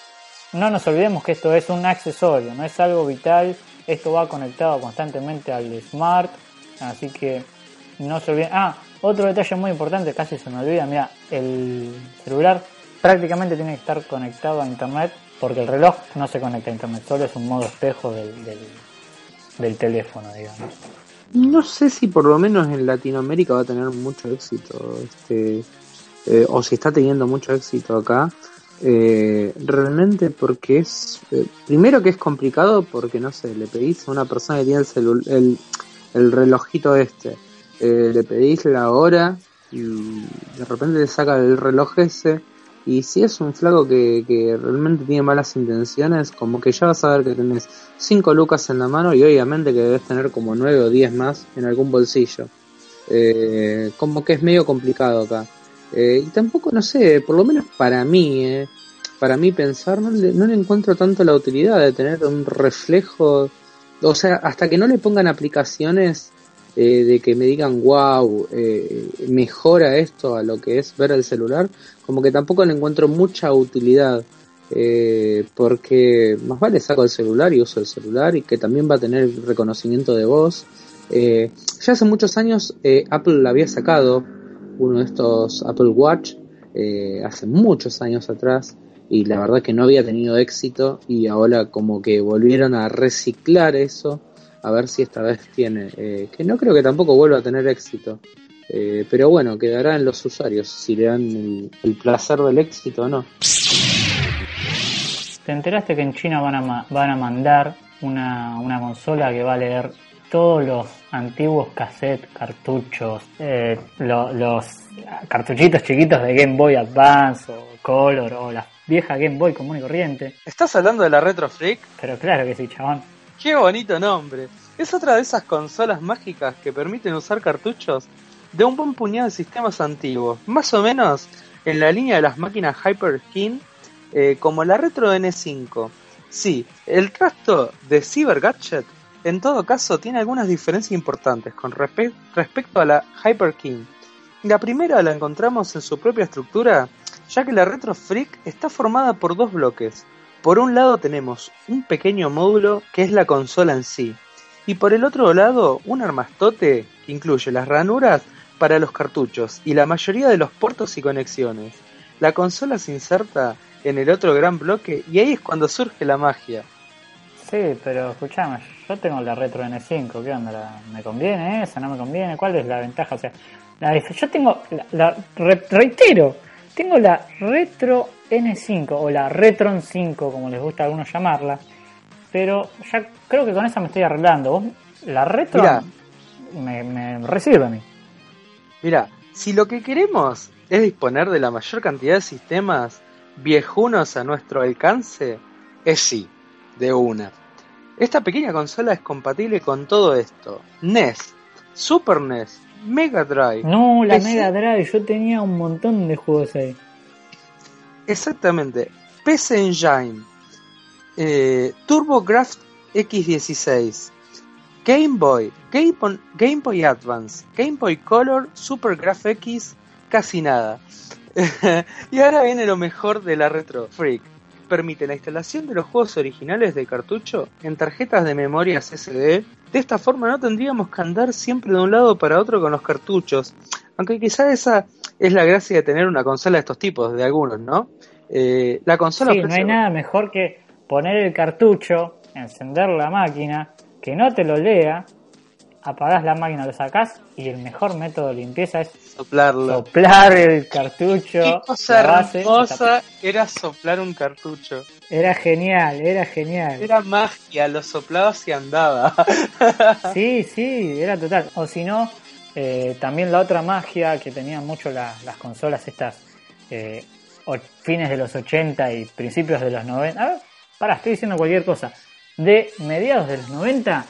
Speaker 1: no nos olvidemos que esto es un accesorio, no es algo vital. Esto va conectado constantemente al Smart, así que no se olviden. Ah, otro detalle muy importante, casi se me olvida, mira, el celular prácticamente tiene que estar conectado a internet, porque el reloj no se conecta a internet, solo es un modo espejo del, del, del teléfono, digamos.
Speaker 3: No sé si por lo menos en Latinoamérica va a tener mucho éxito, este, eh, o si está teniendo mucho éxito acá. Eh, realmente porque es eh, primero que es complicado, porque no sé, le pedís a una persona que tiene el, celu- el, el relojito este, eh, le pedís la hora y de repente le saca el reloj ese, y si es un flaco que, que realmente tiene malas intenciones, como que ya vas a ver que tenés cinco lucas en la mano y obviamente que debes tener como nueve o diez más en algún bolsillo. Eh, como que es medio complicado acá. Eh, y tampoco, no sé, por lo menos para mí, eh, para mí pensar, no le, no le encuentro tanto la utilidad de tener un reflejo, o sea, hasta que no le pongan aplicaciones eh, de que me digan, wow, eh, mejora esto a lo que es ver el celular, como que tampoco le encuentro mucha utilidad, eh, porque más vale saco el celular y uso el celular, y que también va a tener reconocimiento de voz. Eh, ya hace muchos años eh, Apple había sacado uno de estos Apple Watch eh, hace muchos años atrás, y la verdad que no había tenido éxito, y ahora como que volvieron a reciclar eso, a ver si esta vez tiene, eh, que no creo que tampoco vuelva a tener éxito, eh, pero bueno, quedará en los usuarios si le dan el, el placer del éxito o no.
Speaker 1: ¿Te enteraste que en China van a, ma- van a mandar una, una consola que va a leer todos los antiguos cassettes, cartuchos, eh, lo, los cartuchitos chiquitos de Game Boy Advance o Color, o la vieja Game Boy común y corriente?
Speaker 2: ¿Estás hablando de la Retro Freak?
Speaker 1: Pero claro que sí, chabón.
Speaker 2: ¡Qué bonito nombre! Es otra de esas consolas mágicas que permiten usar cartuchos de un buen puñado de sistemas antiguos, más o menos en la línea de las máquinas Hyper Skin, eh, como la Retro N cinco. Sí, el trasto de Cyber Gadget en todo caso tiene algunas diferencias importantes con respe- respecto a la Hyper King. La primera la encontramos en su propia estructura, ya que la Retro Freak está formada por dos bloques. Por un lado tenemos un pequeño módulo que es la consola en sí, y por el otro lado un armastote que incluye las ranuras para los cartuchos y la mayoría de los puertos y conexiones. La consola se inserta en el otro gran bloque y ahí es cuando surge la magia.
Speaker 1: Sí, pero escuchame, yo tengo la Retro N cinco, ¿qué onda? ¿La- ¿Me conviene esa? ¿No me conviene? ¿Cuál es la ventaja? O sea, la dif- yo tengo, la, la- re- reitero, tengo la Retro N cinco o la Retron cinco, como les gusta a algunos llamarla, pero ya creo que con esa me estoy arreglando. ¿Vos? La Retro
Speaker 3: Mirá.
Speaker 1: me, me resirve a mí.
Speaker 2: Mira, si lo que queremos es disponer de la mayor cantidad de sistemas viejunos a nuestro alcance, es sí, de una.
Speaker 3: Esta pequeña consola es compatible con todo esto: N E S, Super N E S, Mega Drive.
Speaker 1: No, la
Speaker 3: P C...
Speaker 1: Mega Drive, yo tenía un montón de juegos ahí.
Speaker 3: Exactamente. P C Engine, eh, TurboGrafx X dieciséis, Game Boy, Game Boy, Game Boy Advance, Game Boy Color, SuperGraf X, casi nada. Y ahora viene lo mejor de la Retro Freak. Permite la instalación de los juegos originales de cartucho en tarjetas de memorias S D. De esta forma no tendríamos que andar siempre de un lado para otro con los cartuchos. Aunque quizá esa es la gracia de tener una consola de estos tipos, de algunos, ¿no? Eh, la consola
Speaker 1: Sí,
Speaker 3: ofrece...
Speaker 1: no hay nada mejor que poner el cartucho, encender la máquina, que no te lo lea, apagás la máquina, lo sacás y el mejor método de limpieza es
Speaker 3: soplarlo.
Speaker 1: Soplar el cartucho.
Speaker 3: Qué cosa
Speaker 1: la base,
Speaker 3: hermosa era soplar un cartucho.
Speaker 1: Era genial, era genial.
Speaker 3: Era magia, lo soplabas y andaba.
Speaker 1: Sí, sí, era total. O si no, eh, también la otra magia que tenían mucho la, las consolas estas, eh, o, fines de los ochenta y principios de los noventa. A ver, pará, estoy diciendo cualquier cosa. De mediados de los noventa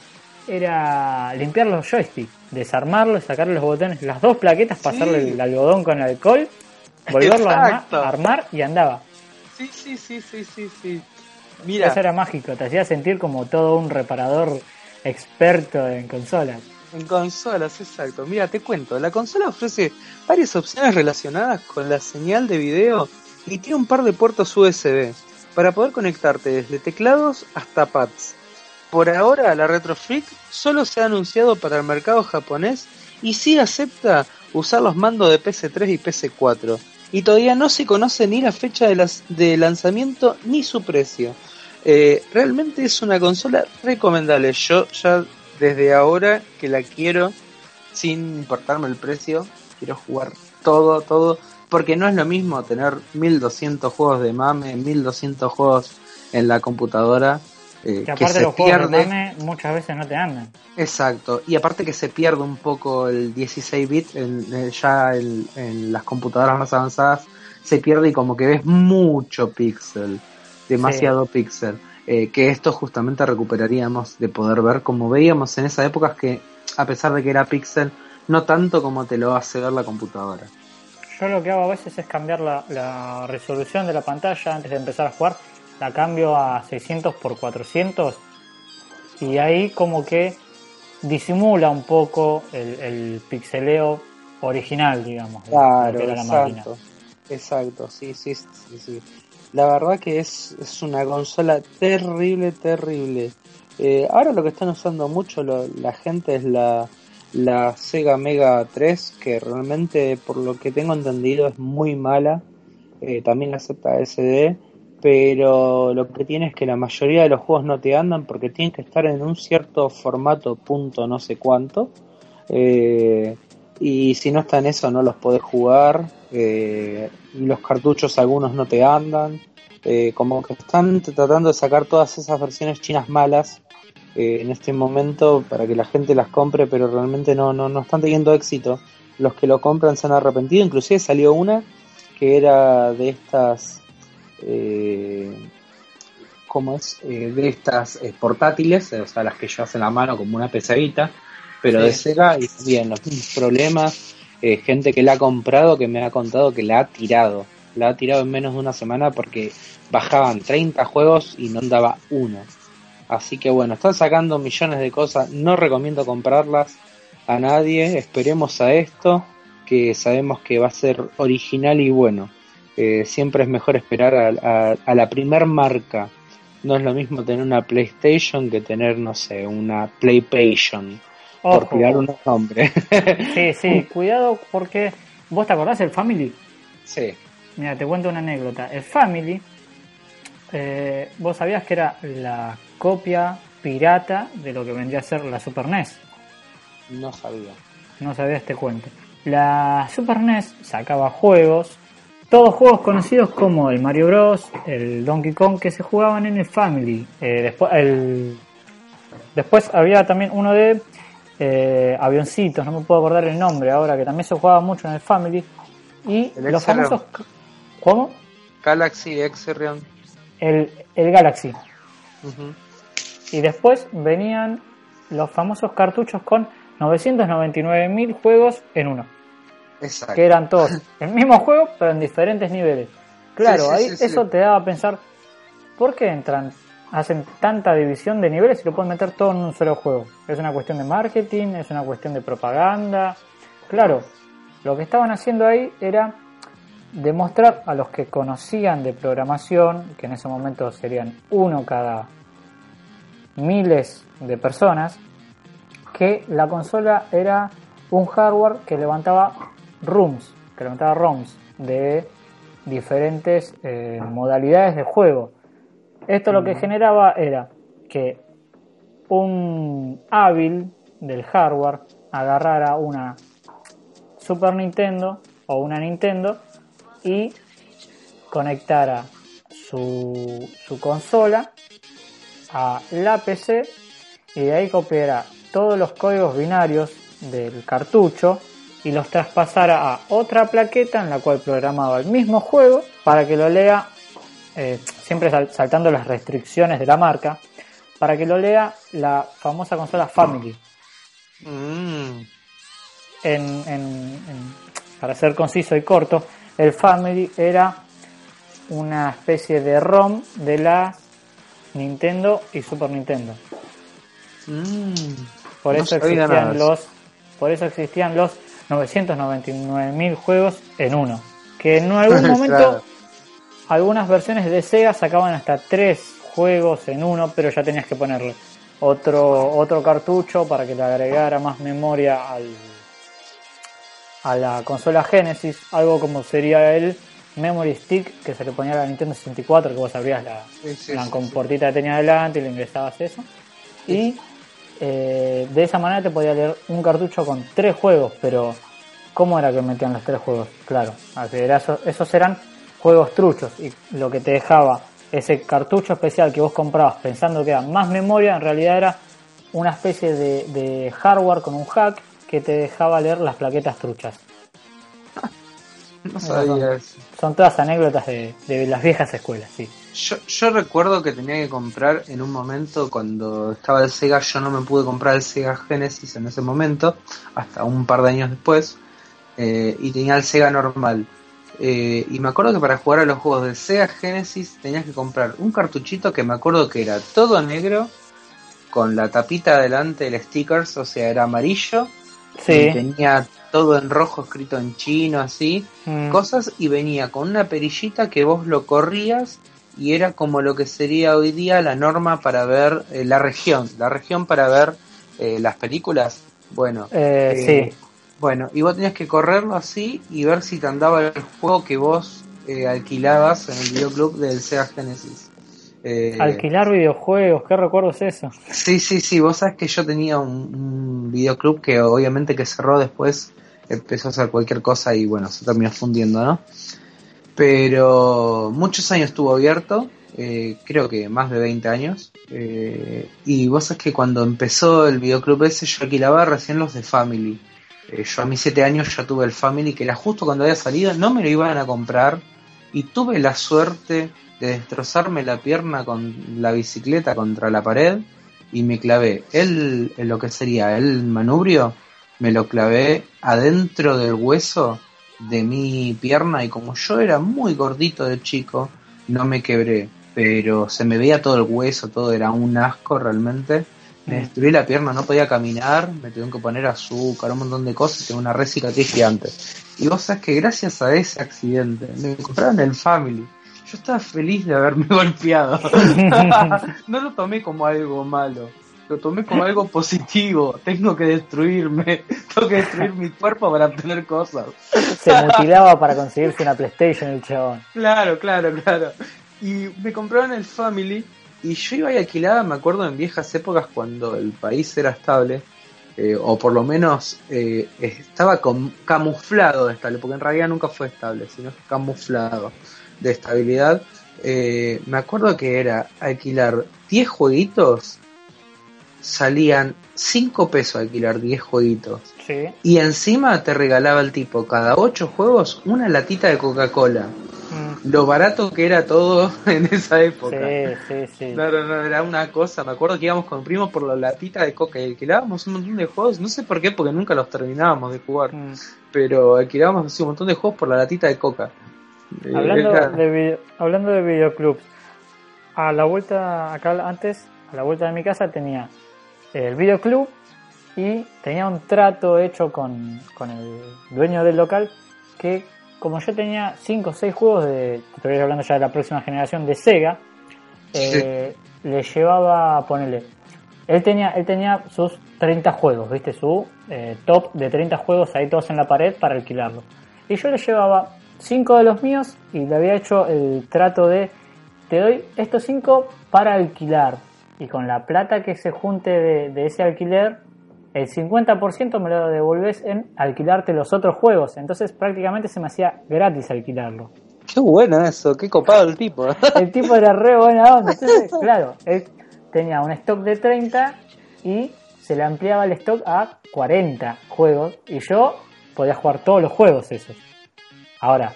Speaker 1: era limpiar los joysticks, desarmarlos, sacarle los botones, las dos plaquetas, pasarle
Speaker 3: Sí.
Speaker 1: el algodón con alcohol, volverlo a armar,
Speaker 3: Exacto.
Speaker 1: armar y andaba.
Speaker 3: Sí, sí, sí, sí, sí, sí. Mira,
Speaker 1: Eso era mágico, te hacía sentir como todo un reparador experto en consolas.
Speaker 3: en consolas, exacto. Mira, te cuento, la consola ofrece varias opciones relacionadas con la señal de video y tiene un par de puertos U S B para poder conectarte desde teclados hasta pads. Por ahora, la Retro Freak solo se ha anunciado para el mercado japonés y sí acepta usar los mandos de P S tres y P S cuatro. Y todavía no se conoce ni la fecha de, las, de lanzamiento ni su precio. Eh, realmente es una consola recomendable. Yo ya desde ahora que la quiero, sin importarme el precio, quiero jugar todo, todo. Porque no es lo mismo tener mil doscientos juegos de MAME, mil doscientos juegos en la computadora. Eh,
Speaker 1: Que
Speaker 3: que
Speaker 1: aparte
Speaker 3: se
Speaker 1: los juegos
Speaker 3: pierde.
Speaker 1: de MAME muchas veces no te andan.
Speaker 3: Exacto, y aparte que se pierde un poco el dieciséis bit en, en- ya en, en las computadoras más avanzadas, se pierde y como que ves mucho píxel, demasiado píxel, eh, que esto justamente recuperaríamos de poder ver como veíamos en esa época, que a pesar de que era píxel, no tanto como te lo hace ver la computadora.
Speaker 1: Yo lo que hago a veces es cambiar la, la resolución de la pantalla antes de empezar a jugar. La cambio a seiscientos por cuatrocientos y ahí como que disimula un poco el, el pixeleo original, digamos, de lo que era la máquina.
Speaker 3: exacto, exacto, sí, sí, sí, sí. La verdad que es, es una consola terrible, terrible. Eh, ahora lo que están usando mucho lo- la gente es la, la Sega Mega tres, que realmente, por lo que tengo entendido, es muy mala. Eh, también acepta S D, pero lo que tiene es que la mayoría de los juegos no te andan porque tienen que estar en un cierto formato, punto no sé cuánto. Eh, y si no está en eso no los podés jugar. Eh, y los cartuchos algunos no te andan. Eh, como que están tratando de sacar todas esas versiones chinas malas eh, en este momento para que la gente las compre, pero realmente no, no, no están teniendo éxito. Los que lo compran se han arrepentido. Inclusive salió una que era de estas eh, ¿cómo es? Eh, de estas eh, portátiles, o sea, las que llevas en la mano como una pesadita, pero
Speaker 2: Sí.
Speaker 3: de Sega, y bien, los mismos problemas. Eh, gente que la ha comprado que me ha contado que la ha tirado, la ha tirado en menos de una semana porque bajaban treinta juegos y no andaba uno. Así que bueno, están sacando millones de cosas, no recomiendo comprarlas a nadie, esperemos a esto, que sabemos que va a ser original y bueno. Eh, siempre es mejor esperar a, a, a la primer marca. No es lo mismo tener una PlayStation que tener, no sé, una PlayPation, por
Speaker 1: Ojo,
Speaker 3: tirar un nombre.
Speaker 1: sí, sí, cuidado porque vos te acordás del Family.
Speaker 3: Sí,
Speaker 1: Mira, te cuento una anécdota. El Family, eh, vos sabías que era la copia pirata de lo que vendría a ser la Super N E S.
Speaker 3: no sabía.
Speaker 1: No sabías este cuento. La Super N E S sacaba juegos, todos juegos conocidos como el Mario Bros, el Donkey Kong, que se jugaban en el Family. Eh, después, el... después había también uno de eh, avioncitos, no me puedo acordar el nombre ahora, que también se jugaba mucho en el Family. Y
Speaker 3: El
Speaker 1: los
Speaker 3: X-Ray.
Speaker 1: famosos... ¿Cómo?
Speaker 3: Galaxy X-Rion.
Speaker 1: El, el Galaxy.
Speaker 3: Uh-huh.
Speaker 1: Y después venían los famosos cartuchos con novecientos noventa y nueve mil juegos en uno.
Speaker 3: Exacto.
Speaker 1: Que eran todos el mismo juego, pero en diferentes niveles. Claro,
Speaker 3: Sí, sí,
Speaker 1: ahí
Speaker 3: sí, sí.
Speaker 1: eso te daba a pensar, ¿por qué entran, hacen tanta división de niveles y lo pueden meter todo en un solo juego? ¿Es una cuestión de marketing? ¿Es una cuestión de propaganda? Claro, lo que estaban haciendo ahí era demostrar a los que conocían de programación, que en ese momento serían uno cada miles de personas, que la consola era un hardware que levantaba ROMs, que levantaba ROMs de diferentes eh, modalidades de juego. Esto lo que generaba era que un hábil del hardware agarrara una Super Nintendo o una Nintendo y conectara su, su consola a la P C y de ahí copiara todos los códigos binarios del cartucho y los traspasara a otra plaqueta en la cual programaba el mismo juego para que lo lea, eh, siempre sal, saltando las restricciones de la marca, para que lo lea la famosa consola Family.
Speaker 3: Mm.
Speaker 1: En, en, en, para ser conciso y corto, el Family era una especie de ROM de la Nintendo y Super Nintendo.
Speaker 3: Mm.
Speaker 1: Por
Speaker 3: No
Speaker 1: eso
Speaker 3: sabía
Speaker 1: existían
Speaker 3: nada de eso.
Speaker 1: los, por eso existían los novecientos noventa y nueve mil juegos en uno. Que en algún momento
Speaker 3: Claro.
Speaker 1: algunas versiones de Sega sacaban hasta tres juegos en uno, pero ya tenías que ponerle otro otro cartucho para que le agregara más memoria al a la consola Genesis, algo como sería el Memory Stick que se le ponía a la Nintendo sesenta y cuatro, que vos abrías la,
Speaker 3: Sí, sí,
Speaker 1: la
Speaker 3: sí,
Speaker 1: comportita que tenía adelante y le ingresabas eso. Y eh, de esa manera te podía leer un cartucho con tres juegos, pero ¿cómo era que metían los tres juegos? Claro, era eso, esos eran juegos truchos y lo que te dejaba ese cartucho especial que vos comprabas pensando que era más memoria, en realidad era una especie de, de hardware con un hack que te dejaba leer las plaquetas truchas.
Speaker 3: No
Speaker 1: Esas
Speaker 3: sabía
Speaker 1: son,
Speaker 3: eso.
Speaker 1: son todas anécdotas de, de las viejas escuelas, sí.
Speaker 3: Yo, yo recuerdo que tenía que comprar en un momento cuando estaba el Sega. Yo no me pude comprar el Sega Genesis en ese momento, hasta un par de años después, eh, y tenía el Sega normal. Eh, y me acuerdo que para jugar a los juegos del Sega Genesis tenías que comprar un cartuchito que me acuerdo que era todo negro, con la tapita adelante del stickers, o sea, era amarillo,
Speaker 1: Sí.
Speaker 3: y tenía todo en rojo escrito en chino, así,
Speaker 1: Mm.
Speaker 3: cosas, y venía con una perillita que vos lo corrías y era como lo que sería hoy día la norma para ver eh, la región, la región para ver eh, las películas. Bueno,
Speaker 1: Eh,
Speaker 3: eh,
Speaker 1: sí.
Speaker 3: bueno, y vos tenías que correrlo así y ver si te andaba el juego que vos eh, alquilabas en el videoclub del Sega Genesis. Eh,
Speaker 1: Alquilar videojuegos, ¿qué recuerdo es eso?
Speaker 3: Sí, sí, sí, vos sabés que yo tenía un, un videoclub que obviamente que cerró después, empezó a hacer cualquier cosa y bueno, se terminó fundiendo, ¿no? Pero muchos años estuvo abierto, eh, creo que más de veinte años, eh, y vos sabés que cuando empezó el videoclub ese yo alquilaba recién los de Family. Eh, yo a mis siete años ya tuve el Family, que era justo cuando había salido, no me lo iban a comprar, y tuve la suerte de destrozarme la pierna con la bicicleta contra la pared y me clavé el, el lo que sería el manubrio, me lo clavé adentro del hueso de mi pierna y como yo era muy gordito de chico no me quebré, pero se me veía todo el hueso, todo era un asco realmente. Me destruí la pierna, no podía caminar, me tuvieron que poner azúcar, un montón de cosas, tengo una re cicatriz gigante. Y vos sabés que gracias a ese accidente me compraron el Family. Yo estaba feliz de haberme golpeado. No lo tomé como algo malo, lo tomé como algo positivo. Tengo que destruirme, tengo que destruir mi cuerpo para obtener cosas.
Speaker 1: Se mutilaba para conseguirse una PlayStation el chabón.
Speaker 3: Claro, claro, claro. Y me compraron el Family y yo iba y alquilaba, me acuerdo en viejas épocas cuando el país era estable, eh, o por lo menos eh, estaba com- camuflado de estable, porque en realidad nunca fue estable, sino camuflado de estabilidad. Eh, me acuerdo que era alquilar diez jueguitos, salían cinco pesos alquilar diez jueguitos.
Speaker 1: Sí.
Speaker 3: Y encima te regalaba el tipo cada ocho juegos una latita de Coca-Cola. mm. lo barato que era todo en esa época.
Speaker 1: Sí, sí, sí.
Speaker 3: Claro, no, era una cosa. Me acuerdo que íbamos con primos por la latita de coca y alquilábamos un montón de juegos. No sé por qué, porque nunca los terminábamos de jugar. Mm. Pero alquilábamos así un montón de juegos por la latita de coca.
Speaker 1: Hablando, eh, de, video, hablando de videoclubs, a la vuelta, acá antes, a la vuelta de mi casa tenía el videoclub y tenía un trato hecho con, con el dueño del local que, como yo tenía cinco o seis juegos de, te estoy hablando ya de la próxima generación de Sega, eh, sí. le llevaba a ponerle, él tenía, él tenía sus treinta juegos, viste, su eh, top de treinta juegos ahí todos en la pared para alquilarlo. Y yo le llevaba cinco de los míos y le había hecho el trato de, te doy estos cinco para alquilar. Y con la plata que se junte de, de ese alquiler, el cincuenta por ciento me lo devolvés en alquilarte los otros juegos. Entonces prácticamente se me hacía gratis alquilarlo.
Speaker 3: Qué bueno eso, qué copado el tipo.
Speaker 1: El tipo era re buena onda. Entonces, claro, él tenía un stock de treinta y se le ampliaba el stock a cuarenta juegos. Y yo podía jugar todos los juegos esos. Ahora,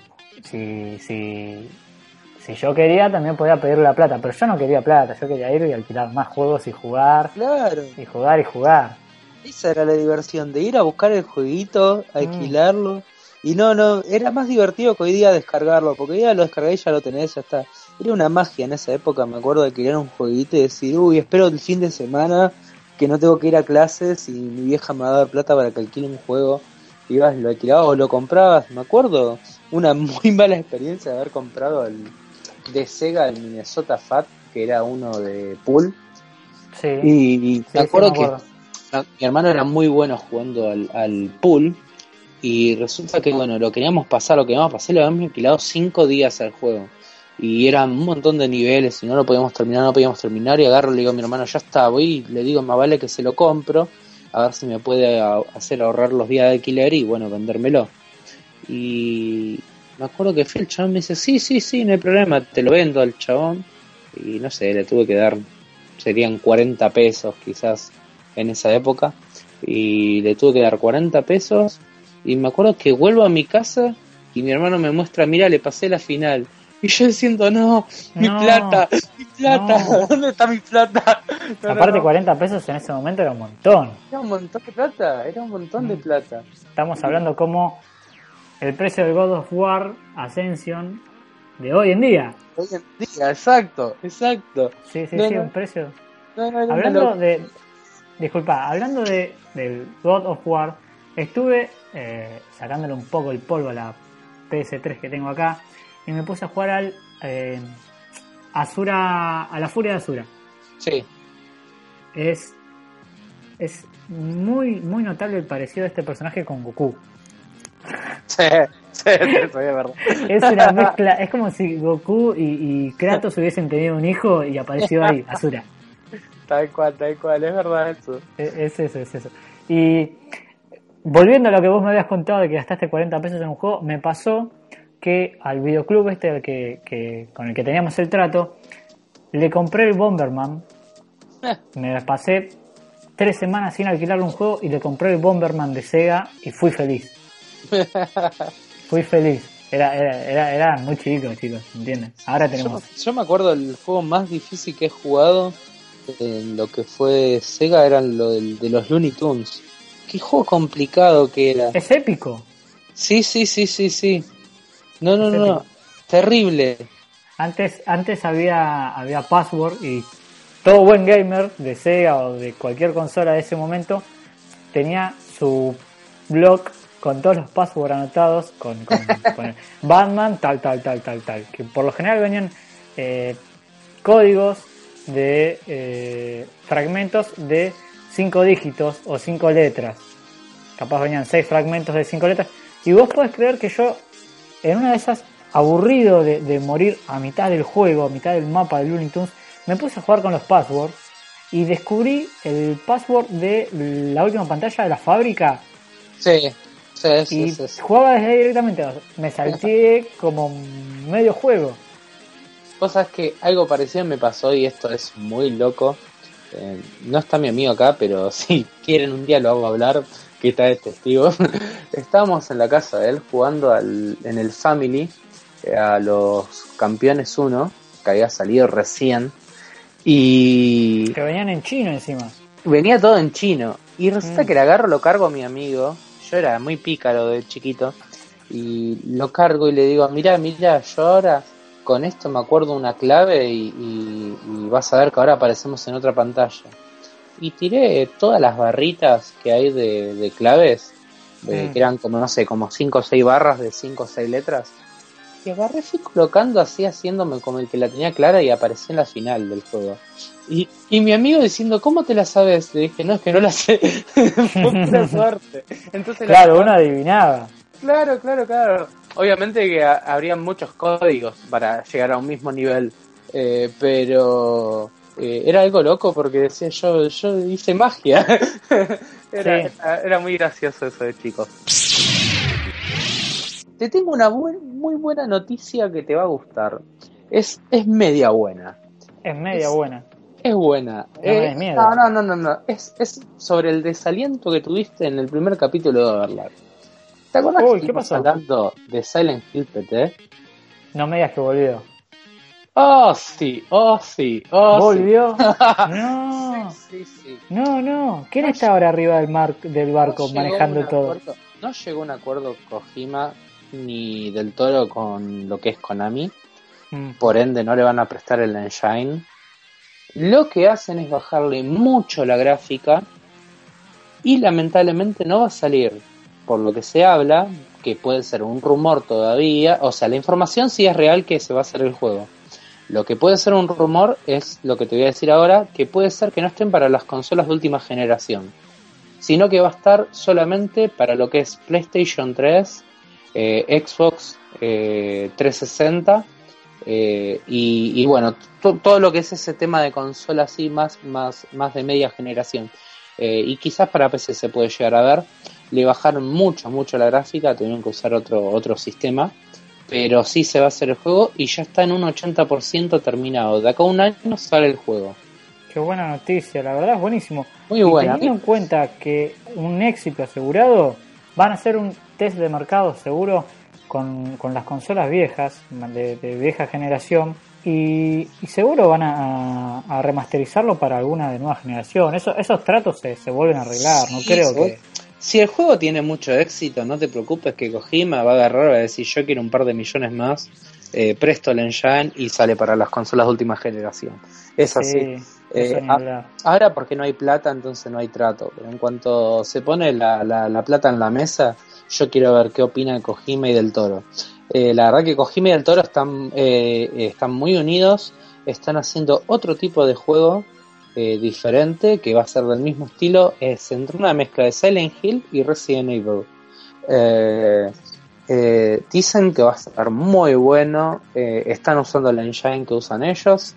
Speaker 1: si, si, si yo quería, también podía pedirle la plata, pero yo no quería plata, yo quería ir y alquilar más juegos y jugar,
Speaker 3: claro.
Speaker 1: y jugar y jugar.
Speaker 3: Esa era la diversión, de ir a buscar el jueguito, alquilarlo, mm. y no, no, era más divertido que hoy día descargarlo, porque hoy día lo descargué y ya lo tenés, ya está. Era una magia en esa época, me acuerdo de alquilar un jueguito y decir, uy, espero el fin de semana que no tengo que ir a clases y mi vieja me va a dar plata para que alquile un juego. Ibas, lo alquilabas o lo comprabas, me acuerdo, una muy mala experiencia de haber comprado el de Sega, el Minnesota Fat, que era uno de pool.
Speaker 1: Sí.
Speaker 3: Y, y
Speaker 1: sí,
Speaker 3: me acuerdo
Speaker 1: sí, me acuerdo.
Speaker 3: que mi hermano era muy bueno jugando al, al pool. Y resulta que, bueno, lo queríamos pasar, lo queríamos pasar, lo habíamos alquilado cinco días al juego. Y eran un montón de niveles, y no lo podíamos terminar, no podíamos terminar. Y agarro, le digo a mi hermano, ya está, voy, le digo, más vale que se lo compro, a ver si me puede hacer ahorrar los días de alquiler y, bueno, vendérmelo. Y me acuerdo que fue el chabón, me dice, sí, sí, sí, no hay problema, te lo vendo al chabón. Y no sé, le tuve que dar, serían cuarenta pesos quizás en esa época. Y le tuve que dar cuarenta pesos. Y me acuerdo que vuelvo a mi casa y mi hermano me muestra, mira, le pasé la final. Y yo diciendo, no, mi
Speaker 1: no,
Speaker 3: plata, mi plata, no. ¿Dónde está mi plata?
Speaker 1: No, Aparte, no. cuarenta pesos en ese momento era un montón.
Speaker 3: Era un montón de plata, era un montón mm. de plata.
Speaker 1: Estamos hablando como el precio del God of War Ascension de hoy en día.
Speaker 3: Hoy en día, exacto, exacto.
Speaker 1: Sí, sí,
Speaker 3: no,
Speaker 1: sí,
Speaker 3: no.
Speaker 1: un precio.
Speaker 3: No, no, no,
Speaker 1: hablando
Speaker 3: no.
Speaker 1: de, disculpa, hablando de del God of War, estuve eh, sacándole un poco el polvo a la P S tres que tengo acá y me puse a jugar al eh, Asura, a la Furia de Asura.
Speaker 3: Sí.
Speaker 1: Es es muy muy notable el parecido de este personaje con Goku.
Speaker 3: Sí, sí, sí, es verdad.
Speaker 1: Es una mezcla, es como si Goku y, y Kratos hubiesen tenido un hijo y apareció ahí, Asura.
Speaker 3: Tal cual, tal cual, es verdad eso.
Speaker 1: Es, es eso, es eso. Y volviendo a lo que vos me habías contado de que gastaste cuarenta pesos en un juego, me pasó que al videoclub este el que, que, con el que teníamos el trato, le compré el Bomberman. Me pasé tres semanas sin alquilarle un juego y le compré el Bomberman de Sega y fui feliz. Fui feliz. Era, era, era, era muy chico, chicos, ¿entienden? Ahora tenemos.
Speaker 3: Yo, yo me acuerdo el juego más difícil que he jugado en lo que fue Sega era lo del, de los Looney Tunes. Qué juego complicado que era.
Speaker 1: Es épico.
Speaker 3: Sí, sí, sí, sí, sí. No, no,
Speaker 1: es
Speaker 3: no,
Speaker 1: épico.
Speaker 3: Terrible.
Speaker 1: Antes, antes había, había Password y todo buen gamer de Sega o de cualquier consola de ese momento tenía su blog con todos los passwords anotados con, con, con Batman tal tal tal tal tal que por lo general venían eh, códigos de eh, fragmentos de cinco dígitos o cinco letras, capaz venían seis fragmentos de cinco letras y vos podés creer que yo en una de esas, aburrido de, de morir a mitad del juego, a mitad del mapa de Looney Tunes, me puse a jugar con los passwords y descubrí el password de la última pantalla de la fábrica.
Speaker 3: Sí, sí, sí.
Speaker 1: Y
Speaker 3: sí, sí.
Speaker 1: jugaba desde ahí directamente. Me salté como medio juego.
Speaker 3: Vos sabés que algo parecido me pasó y esto es muy loco. Eh, no está mi amigo acá, pero si quieren un día lo hago hablar, que está de testigo. Estábamos en la casa de él jugando al, en el Family a los Campeones uno, que había salido recién, y
Speaker 1: que venían en chino encima.
Speaker 3: Venía todo en chino, y resulta
Speaker 1: Mm.
Speaker 3: que le agarro, lo cargo a mi amigo. Yo era muy pícaro de chiquito, y lo cargo y le digo, mira, mira, yo ahora con esto me acuerdo una clave y, y, y vas a ver que ahora aparecemos en otra pantalla. Y tiré todas las barritas que hay de, de claves, de,
Speaker 1: Mm.
Speaker 3: que eran como, no sé, como cinco o seis barras de cinco o seis letras. Y agarré, fui colocando así, haciéndome como el que la tenía clara, y aparecí en la final del juego. Y, y mi amigo diciendo, ¿cómo te la sabes? Le dije, no, es que no la sé. Fue pura suerte. Entonces,
Speaker 1: claro,
Speaker 3: la...
Speaker 1: uno adivinaba.
Speaker 3: Claro, claro, claro. Obviamente que ha, habría muchos códigos para llegar a un mismo nivel, eh, pero eh, era algo loco porque decía yo, yo hice magia. era,
Speaker 1: Sí.
Speaker 3: era, era muy gracioso eso de chico. Te tengo una bu- muy buena noticia que te va a gustar. Es, es media buena.
Speaker 1: Es media
Speaker 3: Es-
Speaker 1: buena.
Speaker 3: Es buena.
Speaker 1: No me
Speaker 3: Eh,
Speaker 1: des miedo.
Speaker 3: no, no, no, no, no. Es, es sobre el desaliento que tuviste en el primer capítulo de Overlord. ¿Te acuerdas
Speaker 1: Uy,
Speaker 3: que
Speaker 1: ¿qué
Speaker 3: estuvimos
Speaker 1: pasó?
Speaker 3: hablando de Silent Hill P T?
Speaker 1: No me digas que volvió.
Speaker 3: Oh, sí, oh, sí, oh,
Speaker 1: ¿Volvió?
Speaker 3: sí.
Speaker 1: No.
Speaker 3: Sí, sí, sí.
Speaker 1: No, no. ¿Quién
Speaker 3: No
Speaker 1: está
Speaker 3: lle-
Speaker 1: ahora arriba del, mar del barco
Speaker 3: no llegó
Speaker 1: manejando
Speaker 3: un
Speaker 1: todo?
Speaker 3: acuerdo- no llegó un acuerdo Kojima ni del Toro con lo que es Konami.
Speaker 1: Mm.
Speaker 3: Por ende no le van a prestar el engine. Lo que hacen es bajarle mucho la gráfica y lamentablemente no va a salir, por lo que se habla, que puede ser un rumor todavía. O sea, la información sí es real que se va a hacer el juego. Lo que puede ser un rumor es lo que te voy a decir ahora, que puede ser que no estén para las consolas de última generación, sino que va a estar solamente para lo que es PlayStation tres, eh, Xbox eh, trescientos sesenta, eh, y, y bueno, to- todo lo que es ese tema de consola así más, más, más de media generación. Eh, y quizás para P C se puede llegar a ver. Le bajaron mucho, mucho la gráfica, tuvieron que usar otro, otro sistema, pero sí se va a hacer el juego y ya está en un ochenta por ciento terminado. De acá a un año sale el juego.
Speaker 1: Qué buena noticia, la verdad es buenísimo.
Speaker 3: Muy
Speaker 1: Y
Speaker 3: buena.
Speaker 1: teniendo en cuenta que un éxito asegurado, van a hacer un test de mercado seguro con, con las consolas viejas, de, de vieja generación, y, y seguro van a, a remasterizarlo para alguna de nueva generación. Eso, esos tratos se, se vuelven a arreglar, no
Speaker 3: Sí,
Speaker 1: creo
Speaker 3: se
Speaker 1: que...
Speaker 3: Si el juego tiene mucho éxito, no te preocupes que Kojima va a agarrar, va a decir yo quiero un par de millones más, eh, presto el engine y sale para las consolas de última generación. Es así.
Speaker 1: Sí,
Speaker 3: Eh,
Speaker 1: eso ni
Speaker 3: a-
Speaker 1: hablar.
Speaker 3: ahora porque no hay plata, entonces no hay trato. Pero en cuanto se pone la, la, la plata en la mesa, yo quiero ver qué opina Kojima y Del Toro. Eh, la verdad que Kojima y Del Toro están, eh, están muy unidos, están haciendo otro tipo de juego eh, diferente, que va a ser del mismo estilo, es entre una mezcla de Silent Hill y Resident Evil. Eh, eh, dicen que va a estar muy bueno, eh, están usando el engine que usan ellos.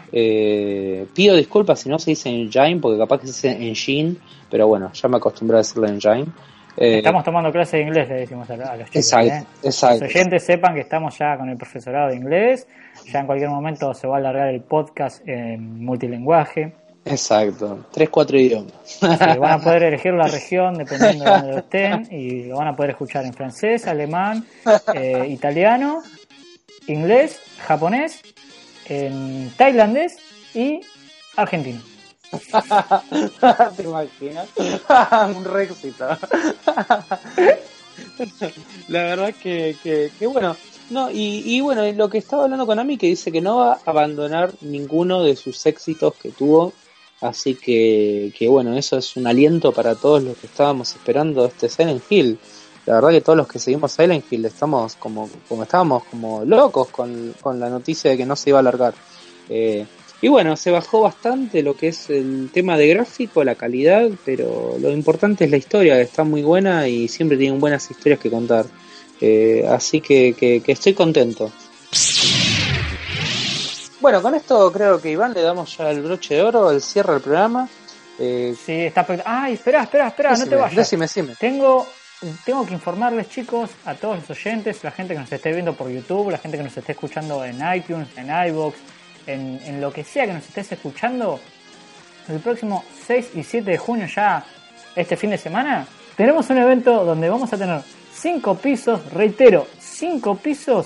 Speaker 3: Eh, pido disculpas si no se dice engine, porque capaz que se dice engine, pero bueno, ya me acostumbré a decirle engine. Eh,
Speaker 1: Estamos tomando clases de inglés, le decimos a, a los chicos.
Speaker 3: exacto,
Speaker 1: ¿eh?
Speaker 3: exacto.
Speaker 1: Los oyentes sepan que estamos ya con el profesorado de inglés. Ya en cualquier momento se va a alargar el podcast en multilingüaje.
Speaker 3: Exacto, tres, cuatro idiomas.
Speaker 1: Sí, van a poder elegir la región dependiendo de donde lo estén y lo van a poder escuchar en francés, alemán, eh, italiano, inglés, japonés, en tailandés y argentino.
Speaker 3: ¿Te imaginas? Un re éxito. La verdad que, que, que bueno. No, y, y bueno, lo que estaba hablando con Ami, que dice que no va a abandonar ninguno de sus éxitos que tuvo. Así que, que bueno, eso es un aliento para todos los que estábamos esperando este Silent Hill. La verdad que todos los que seguimos Silent Hill estamos como, como estábamos como locos con, con la noticia de que no se iba a alargar. Eh, y bueno, se bajó bastante lo que es el tema de gráfico, la calidad, pero lo importante es la historia, que está muy buena y siempre tienen buenas historias que contar. Eh, así que, que, que estoy contento. Bueno, con esto creo que Iván le damos ya el broche de oro, el cierre del programa. Eh,
Speaker 1: Sí, está... pe- Ay, espera, espera, espera, no te
Speaker 3: decime,
Speaker 1: vayas.
Speaker 3: decime, decime.
Speaker 1: Tengo, tengo que informarles, chicos, a todos los oyentes, la gente que nos esté viendo por YouTube, la gente que nos esté escuchando en iTunes, en iVoox, en, en lo que sea que nos estés escuchando, el próximo seis y siete de junio, ya este fin de semana, tenemos un evento donde vamos a tener cinco pisos, reitero, cinco pisos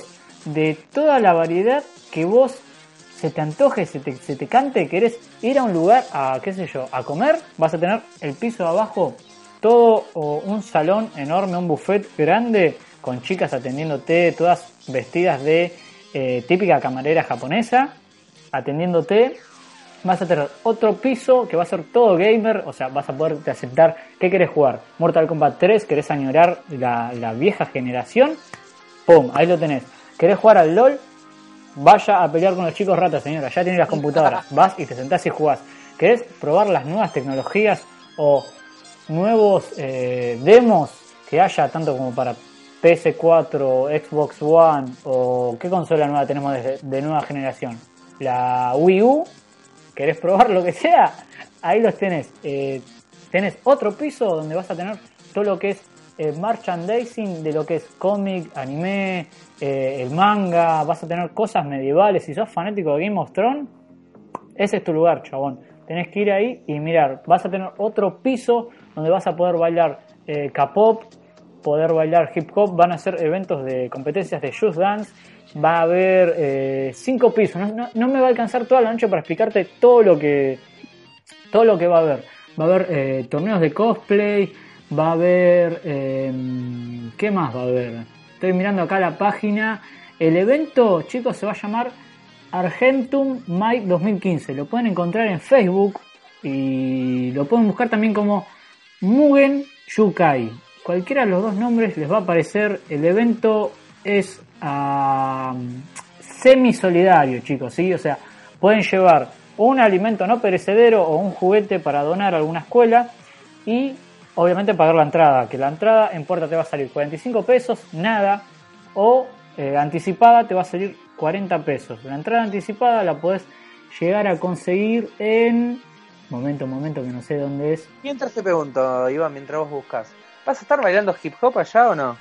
Speaker 1: de toda la variedad que vos se te antoje, se te, se te cante, querés ir a un lugar a, qué sé yo, a comer, vas a tener el piso de abajo, todo o un salón enorme, un buffet grande, con chicas atendiéndote, todas vestidas de eh, típica camarera japonesa, atendiéndote. Vas a tener otro piso que va a ser todo gamer, o sea, vas a poder aceptar qué querés jugar. Mortal Kombat tres, querés añorar la, la vieja generación, ¡pum! Ahí lo tenés. ¿Querés jugar al LOL? Vaya a pelear con los chicos ratas, señora, ya tenés las computadoras. Vas y te sentás y jugás. ¿Querés probar las nuevas tecnologías o nuevos eh, demos que haya tanto como para P S cuatro, Xbox One o qué consola nueva tenemos de, de nueva generación? La Wii U. ¿Querés probar lo que sea? Ahí los tenés. Eh, tenés otro piso donde vas a tener todo lo que es eh, merchandising de lo que es cómic, anime, eh, el manga. Vas a tener cosas medievales. Si sos fanático de Game of Thrones, ese es tu lugar, chabón. Tenés que ir ahí y mirar. Vas a tener otro piso donde vas a poder bailar eh, K-pop, poder bailar hip hop. Van a hacer eventos de competencias de Just Dance. Va a haber eh, cinco pisos. No, no, no me va a alcanzar toda la noche para explicarte todo lo que todo lo que va a haber. Va a haber eh, torneos de cosplay. Va a haber eh, ¿qué más va a haber? Estoy mirando acá la página. El evento, chicos, se va a llamar Argentum Mai dos mil quince. Lo pueden encontrar en Facebook y lo pueden buscar también como Mugen Yukai. Cualquiera de los dos nombres les va a aparecer. El evento es Uh, semi solidario, chicos, ¿sí? O sea, pueden llevar un alimento no perecedero o un juguete para donar a alguna escuela y obviamente pagar la entrada, que la entrada en puerta te va a salir cuarenta y cinco pesos, nada, o eh, anticipada te va a salir cuarenta pesos. La entrada anticipada la podés llegar a conseguir en... Momento, momento, que no sé dónde es.
Speaker 2: Mientras te pregunto, Iván, mientras vos buscas, ¿vas a estar bailando hip hop allá o no?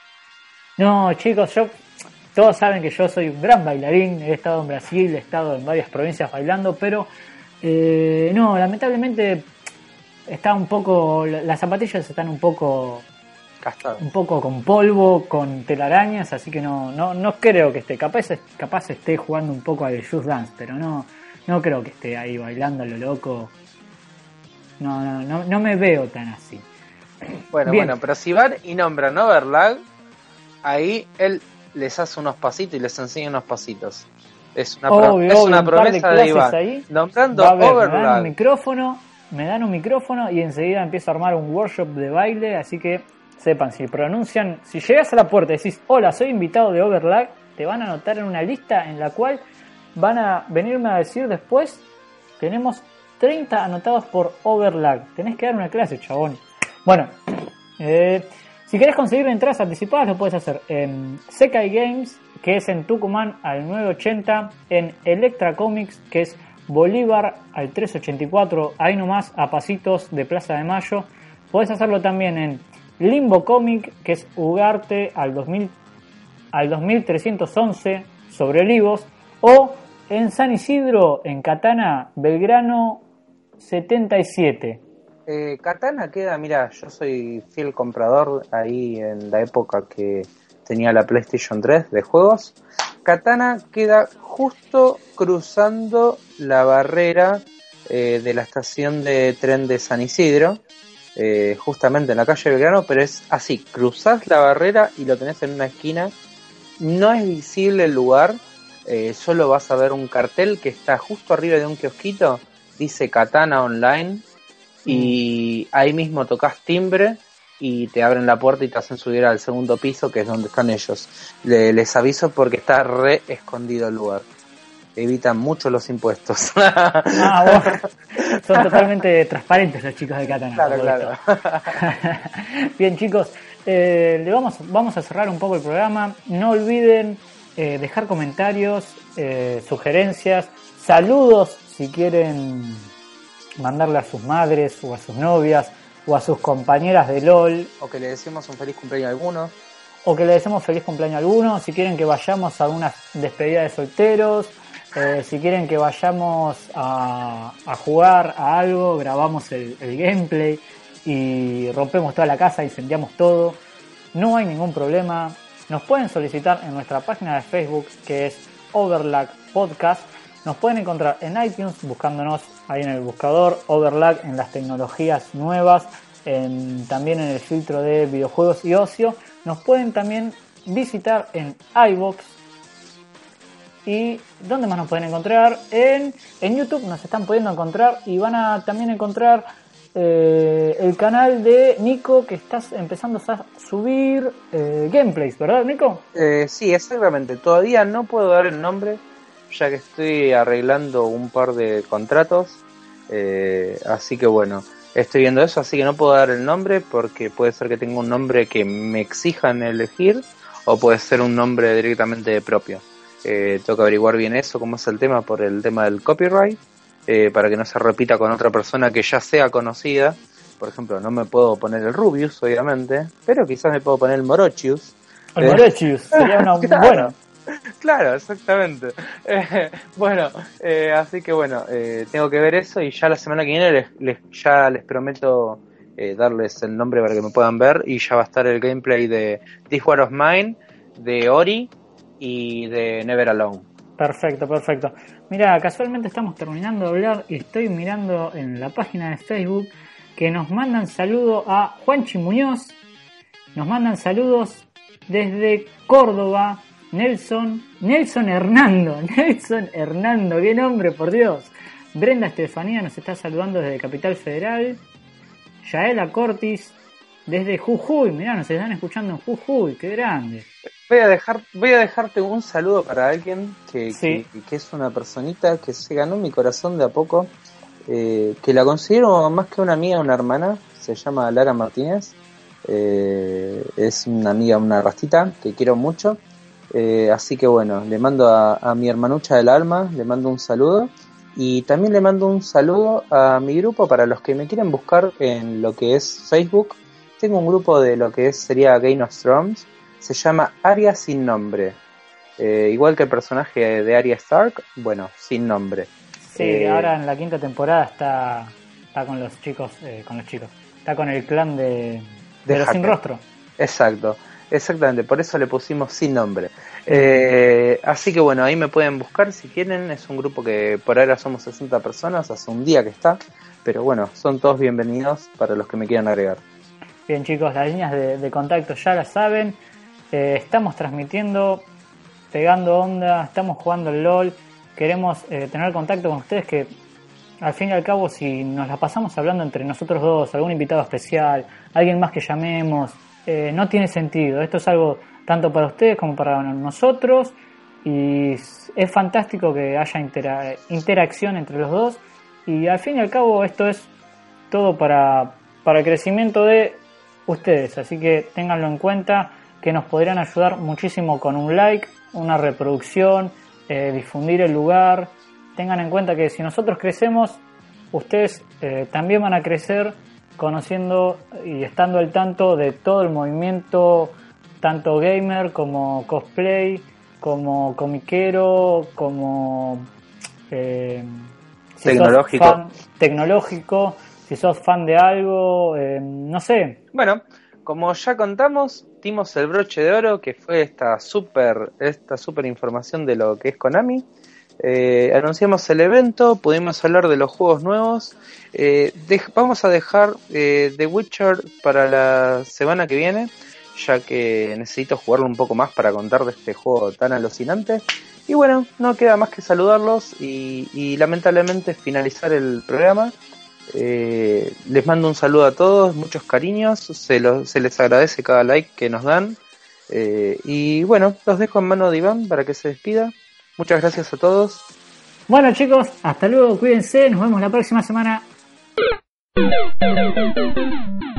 Speaker 1: No, chicos, yo... Todos saben que yo soy un gran bailarín, he estado en Brasil, he estado en varias provincias bailando, pero eh, no, lamentablemente está un poco, las zapatillas están un poco
Speaker 2: Gastado.
Speaker 1: un poco con polvo, con telarañas, así que no no no creo que esté, capaz capaz esté jugando un poco al Just Dance, pero no no creo que esté ahí bailando a lo loco. No, no, no, no me veo tan así.
Speaker 2: Bueno,
Speaker 1: Bien.
Speaker 2: bueno, pero si van y nombran Overlag, ahí él les hace unos pasitos y les enseña unos pasitos. Es una, pro-
Speaker 1: Obvio,
Speaker 2: es
Speaker 1: obvio,
Speaker 2: una
Speaker 1: un par de
Speaker 2: promesa de,
Speaker 1: clases
Speaker 2: Iván.
Speaker 1: ahí.
Speaker 2: Nombrando
Speaker 1: Va a ver, me dan un
Speaker 2: Overlag.
Speaker 1: micrófono, me dan un micrófono y enseguida empiezo a armar un workshop de baile, así que sepan, si pronuncian, si llegas a la puerta y decís, hola, soy invitado de Overlag, te van a anotar en una lista en la cual van a venirme a decir después, tenemos treinta anotados por Overlag. Tenés que dar una clase, chabón. Bueno, eh, si querés conseguir entradas anticipadas lo puedes hacer en Sekai Games, que es en Tucumán al nueve ochenta, en Electra Comics, que es Bolívar al tres ochenta y cuatro, ahí nomás a pasitos de Plaza de Mayo. Podés hacerlo también en Limbo Comic, que es Ugarte al dos mil, al dos mil trescientos once, sobre Olivos, o en San Isidro, en Katana, Belgrano setenta y siete.
Speaker 2: Eh, Katana queda, mira, yo soy fiel comprador ahí en la época que tenía la PlayStation tres de juegos. Katana queda justo cruzando la barrera eh, de la estación de tren de San Isidro, eh, justamente en la calle Belgrano, pero es así, cruzás la barrera y lo tenés en una esquina. No es visible el lugar, eh, solo vas a ver un cartel que está justo arriba de un kiosquito, dice Katana Online. Y ahí mismo tocas timbre y te abren la puerta y te hacen subir al segundo piso, que es donde están ellos. Le, les aviso porque está re escondido el lugar. Evitan mucho los impuestos.
Speaker 1: Ah, bueno. Son totalmente transparentes los chicos de Katana.
Speaker 2: Claro, claro.
Speaker 1: Bien, chicos, eh, le vamos, vamos a cerrar un poco el programa. No olviden eh, dejar comentarios, eh, sugerencias, saludos si quieren mandarle a sus madres o a sus novias o a sus compañeras de LOL,
Speaker 2: O que le decimos un feliz cumpleaños a alguno.
Speaker 1: o que le deseemos feliz cumpleaños a alguno, si quieren que vayamos a una despedida de solteros, eh, si quieren que vayamos a, a jugar a algo, grabamos el, el gameplay y rompemos toda la casa, incendiamos todo, no hay ningún problema. nos pueden solicitar en nuestra página de Facebook, que es Overlag Podcast. Nos pueden encontrar en iTunes buscándonos ahí en el buscador Overlag en las tecnologías nuevas, en, también en el filtro de videojuegos y ocio. Nos pueden también visitar en iVoox. ¿Y dónde más nos pueden encontrar? En, en YouTube nos están pudiendo encontrar y van a también encontrar eh, el canal de Nico, que estás empezando a subir eh, gameplays, ¿verdad, Nico?
Speaker 3: Eh, sí, exactamente. Todavía no puedo dar el nombre, ya que estoy arreglando un par de contratos. Eh, así que bueno, estoy viendo eso, así que no puedo dar el nombre porque puede ser que tenga un nombre que me exijan elegir o puede ser un nombre directamente propio. Eh, tengo que averiguar bien eso, cómo es el tema por el tema del copyright, eh, para que no se repita con otra persona que ya sea conocida. Por ejemplo, no me puedo poner el Rubius, obviamente, pero quizás me puedo poner el Morochius.
Speaker 1: El eh, Morochius sería una
Speaker 3: claro,
Speaker 1: bueno.
Speaker 3: Claro, exactamente. Eh, bueno, eh, así que bueno, eh, tengo que ver eso y ya la semana que viene les, les, ya les prometo eh, darles el nombre para que me puedan ver y ya va a estar el gameplay de This War of Mine, de Ori y de Never Alone.
Speaker 1: Perfecto, perfecto. Mira, casualmente estamos terminando de hablar y estoy mirando en la página de Facebook que nos mandan saludos a Juanchi Muñoz, nos mandan saludos desde Córdoba, Nelson, Nelson Hernando, Nelson Hernando, qué nombre, por Dios. Brenda Estefanía nos está saludando desde Capital Federal, Yaela Cortis desde Jujuy, mirá, nos están escuchando en Jujuy, qué grande.
Speaker 3: Voy a dejar, voy a dejarte un saludo para alguien que,
Speaker 1: sí.
Speaker 3: que, que es una personita que se ganó mi corazón de a poco, eh, que la considero más que una amiga, una hermana, se llama Lara Martínez, eh, es una amiga, una rastita que quiero mucho, eh, así que bueno, le mando a, a mi hermanucha del alma, le mando un saludo y también le mando un saludo a mi grupo para los que me quieren buscar en lo que es Facebook. Tengo un grupo de lo que es, sería Game of Thrones. Se llama Arya sin nombre. Eh, igual que el personaje de Arya Stark, bueno, sin nombre.
Speaker 1: Sí,
Speaker 3: eh,
Speaker 1: ahora en la quinta temporada está, está con los chicos, eh, con los chicos. Está con el clan de, de, de los sin rostro.
Speaker 3: Exacto, exactamente, por eso le pusimos sin nombre. Eh, así que bueno, ahí me pueden buscar si quieren. Es un grupo que por ahora somos sesenta personas, hace un día que está. Pero bueno, son todos bienvenidos para los que me quieran agregar.
Speaker 1: Bien chicos, las líneas de, de contacto ya las saben. Eh, estamos transmitiendo, pegando onda, estamos jugando el LOL. Queremos eh, tener contacto con ustedes, que al fin y al cabo, si nos la pasamos hablando entre nosotros dos, algún invitado especial, alguien más que llamemos, eh, no tiene sentido. Esto es algo tanto para ustedes como para nosotros y es fantástico que haya intera- interacción entre los dos y al fin y al cabo esto es todo para, para el crecimiento de ustedes, así que ténganlo en cuenta, que nos podrían ayudar muchísimo con un like, una reproducción, eh, difundir el lugar. Tengan en cuenta que si nosotros crecemos, ustedes eh, también van a crecer conociendo y estando al tanto de todo el movimiento, tanto gamer como cosplay, como comiquero, como eh, si
Speaker 3: tecnológico.
Speaker 1: Sos fan, tecnológico, si sos fan de algo, eh, no sé.
Speaker 3: Bueno, como ya contamos, dimos el broche de oro, que fue esta super, esta super información de lo que es Konami. Eh, anunciamos el evento, pudimos hablar de los juegos nuevos. Eh, de, vamos a dejar eh, The Witcher para la semana que viene, ya que necesito jugarlo un poco más para contar de este juego tan alucinante. Y bueno, no queda más que saludarlos y, y lamentablemente finalizar el programa. Eh, les mando un saludo a todos, muchos cariños, se, lo, se les agradece cada like que nos dan. Eh, y bueno, los dejo en mano de Iván para que se despida. Muchas gracias a todos.
Speaker 1: Bueno chicos, hasta luego, cuídense, nos vemos la próxima semana.